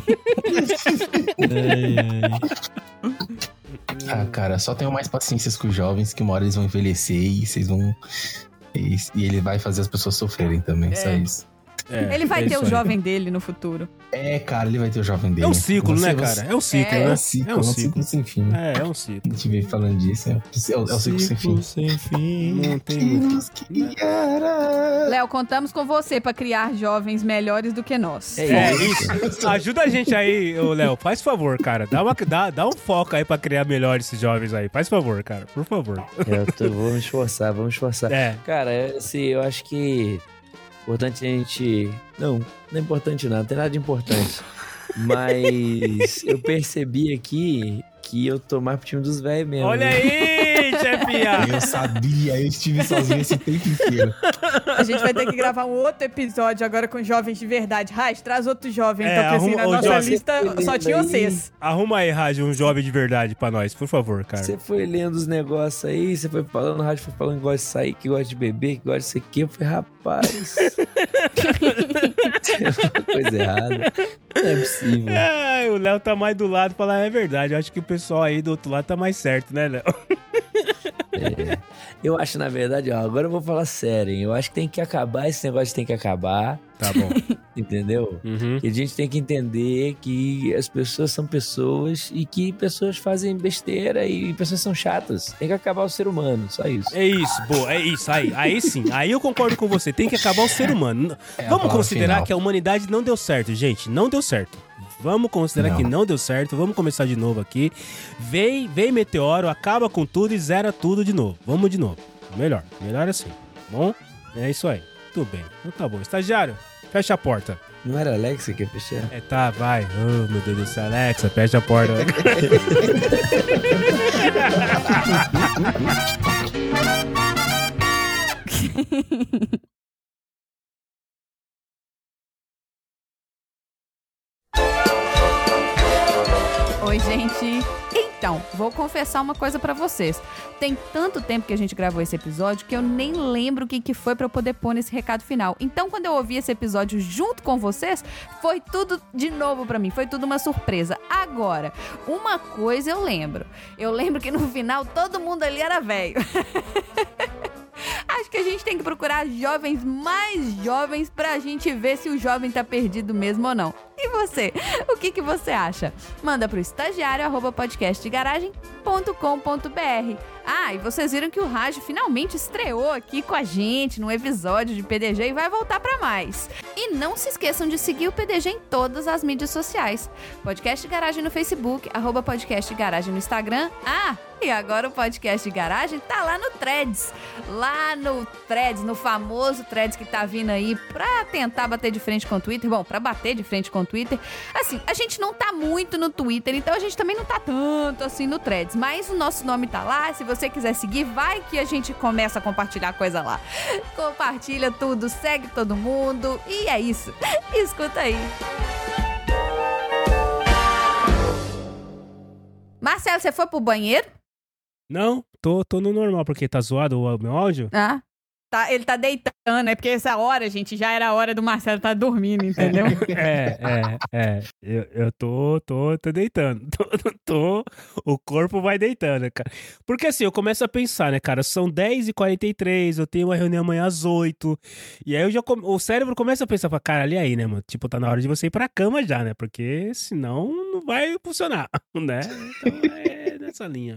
Cara, só tenham mais paciência com os jovens, que uma hora eles vão envelhecer e vocês vão... E ele vai fazer as pessoas sofrerem também, só isso. Ele vai ter o jovem dele no futuro. Cara, ele vai ter o jovem dele. É um ciclo, né, cara? É um ciclo, né? É um ciclo sem fim. É um ciclo. A gente veio falando disso, é o ciclo sem fim. Sem fim. Não tem... Léo, contamos com você pra criar jovens melhores do que nós. Isso. Ajuda a gente aí, Léo. Faz favor, cara. Dá um foco aí pra criar melhor esses jovens aí. Faz favor, cara. Por favor. Vamos esforçar. Cara, assim, eu acho que importante a gente... Não é importante nada, não tem nada de importante. Mas eu percebi aqui que eu tô mais pro time dos velhos mesmo. Olha aí, chefinha! Eu sabia, eu estive sozinho esse tempo inteiro. A gente vai ter que gravar um outro episódio agora com jovens de verdade. Raj, traz outro jovem, então, porque assim, na nossa lista só tinha vocês. Arruma aí, Raj, um jovem de verdade pra nós, por favor, cara. Você foi lendo os negócios aí, você foi falando, o Raj foi falando que gosta de sair, que gosta de beber, que gosta de ser eu falei, rapaz... Tem uma coisa errada. Não é possível. O Léo tá mais do lado, falar é verdade. Eu acho que o pessoal aí do outro lado tá mais certo, né, Léo? Eu acho, na verdade, agora eu vou falar sério, hein? Eu acho que tem que acabar, esse negócio tem que acabar. Tá bom. Entendeu? Uhum. E a gente tem que entender que as pessoas são pessoas e que pessoas fazem besteira e pessoas são chatas. Tem que acabar o ser humano, só isso. É isso, boa, é isso. Aí sim, aí eu concordo com você. Tem que acabar o ser humano. Vamos considerar final. Que a humanidade não deu certo, gente. Não deu certo. Vamos considerar que não deu certo. Vamos começar de novo aqui. Vem meteoro, acaba com tudo e zera tudo de novo. Vamos de novo. Melhor assim. Bom? É isso aí. Tudo bem. Então tá bom. Estagiário, fecha a porta. Não era a Alexa que ia fechar? Tá, vai. Oh, meu Deus do céu. Alexa, fecha a porta. Oi, gente. Então, vou confessar uma coisa pra vocês. Tem tanto tempo que a gente gravou esse episódio que eu nem lembro o que foi pra eu poder pôr nesse recado final. Então, quando eu ouvi esse episódio junto com vocês, foi tudo de novo pra mim. Foi tudo uma surpresa. Agora, uma coisa eu lembro. Eu lembro que no final todo mundo ali era velho. Acho que a gente tem que procurar jovens mais jovens pra gente ver se o jovem tá perdido mesmo ou não. E você? O que você acha? Manda pro estagiário@podcastgaragem.com.br. Ah, e vocês viram que o Raj finalmente estreou aqui com a gente num episódio de PDG e vai voltar pra mais. E não se esqueçam de seguir o PDG em todas as mídias sociais. Podcast Garagem no Facebook, @Podcast Garagem no Instagram. Ah, e agora o Podcast de Garagem tá lá no Threads. Lá no Threads, no famoso Threads que tá vindo aí pra tentar bater de frente com o Twitter. Bom, pra bater de frente com o Twitter. Assim, a gente não tá muito no Twitter, então a gente também não tá tanto assim no Threads. Mas o nosso nome tá lá. Se você quiser seguir, vai que a gente começa a compartilhar coisa lá. Compartilha tudo, segue todo mundo. E é isso. Escuta aí. Marcelo, você foi pro banheiro? Não, tô no normal, porque tá zoado o meu áudio. Ah, tá, ele tá deitando, é porque essa hora, gente, já era a hora do Marcelo tá dormindo, entendeu? Eu tô deitando. O corpo vai deitando, cara. Porque assim, eu começo a pensar, né, cara, são 10h43, eu tenho uma reunião amanhã às 8h, e aí o cérebro começa a pensar, cara, ali aí, né, mano, tipo, tá na hora de você ir pra cama já, né, porque senão não vai funcionar, né, então é nessa linha.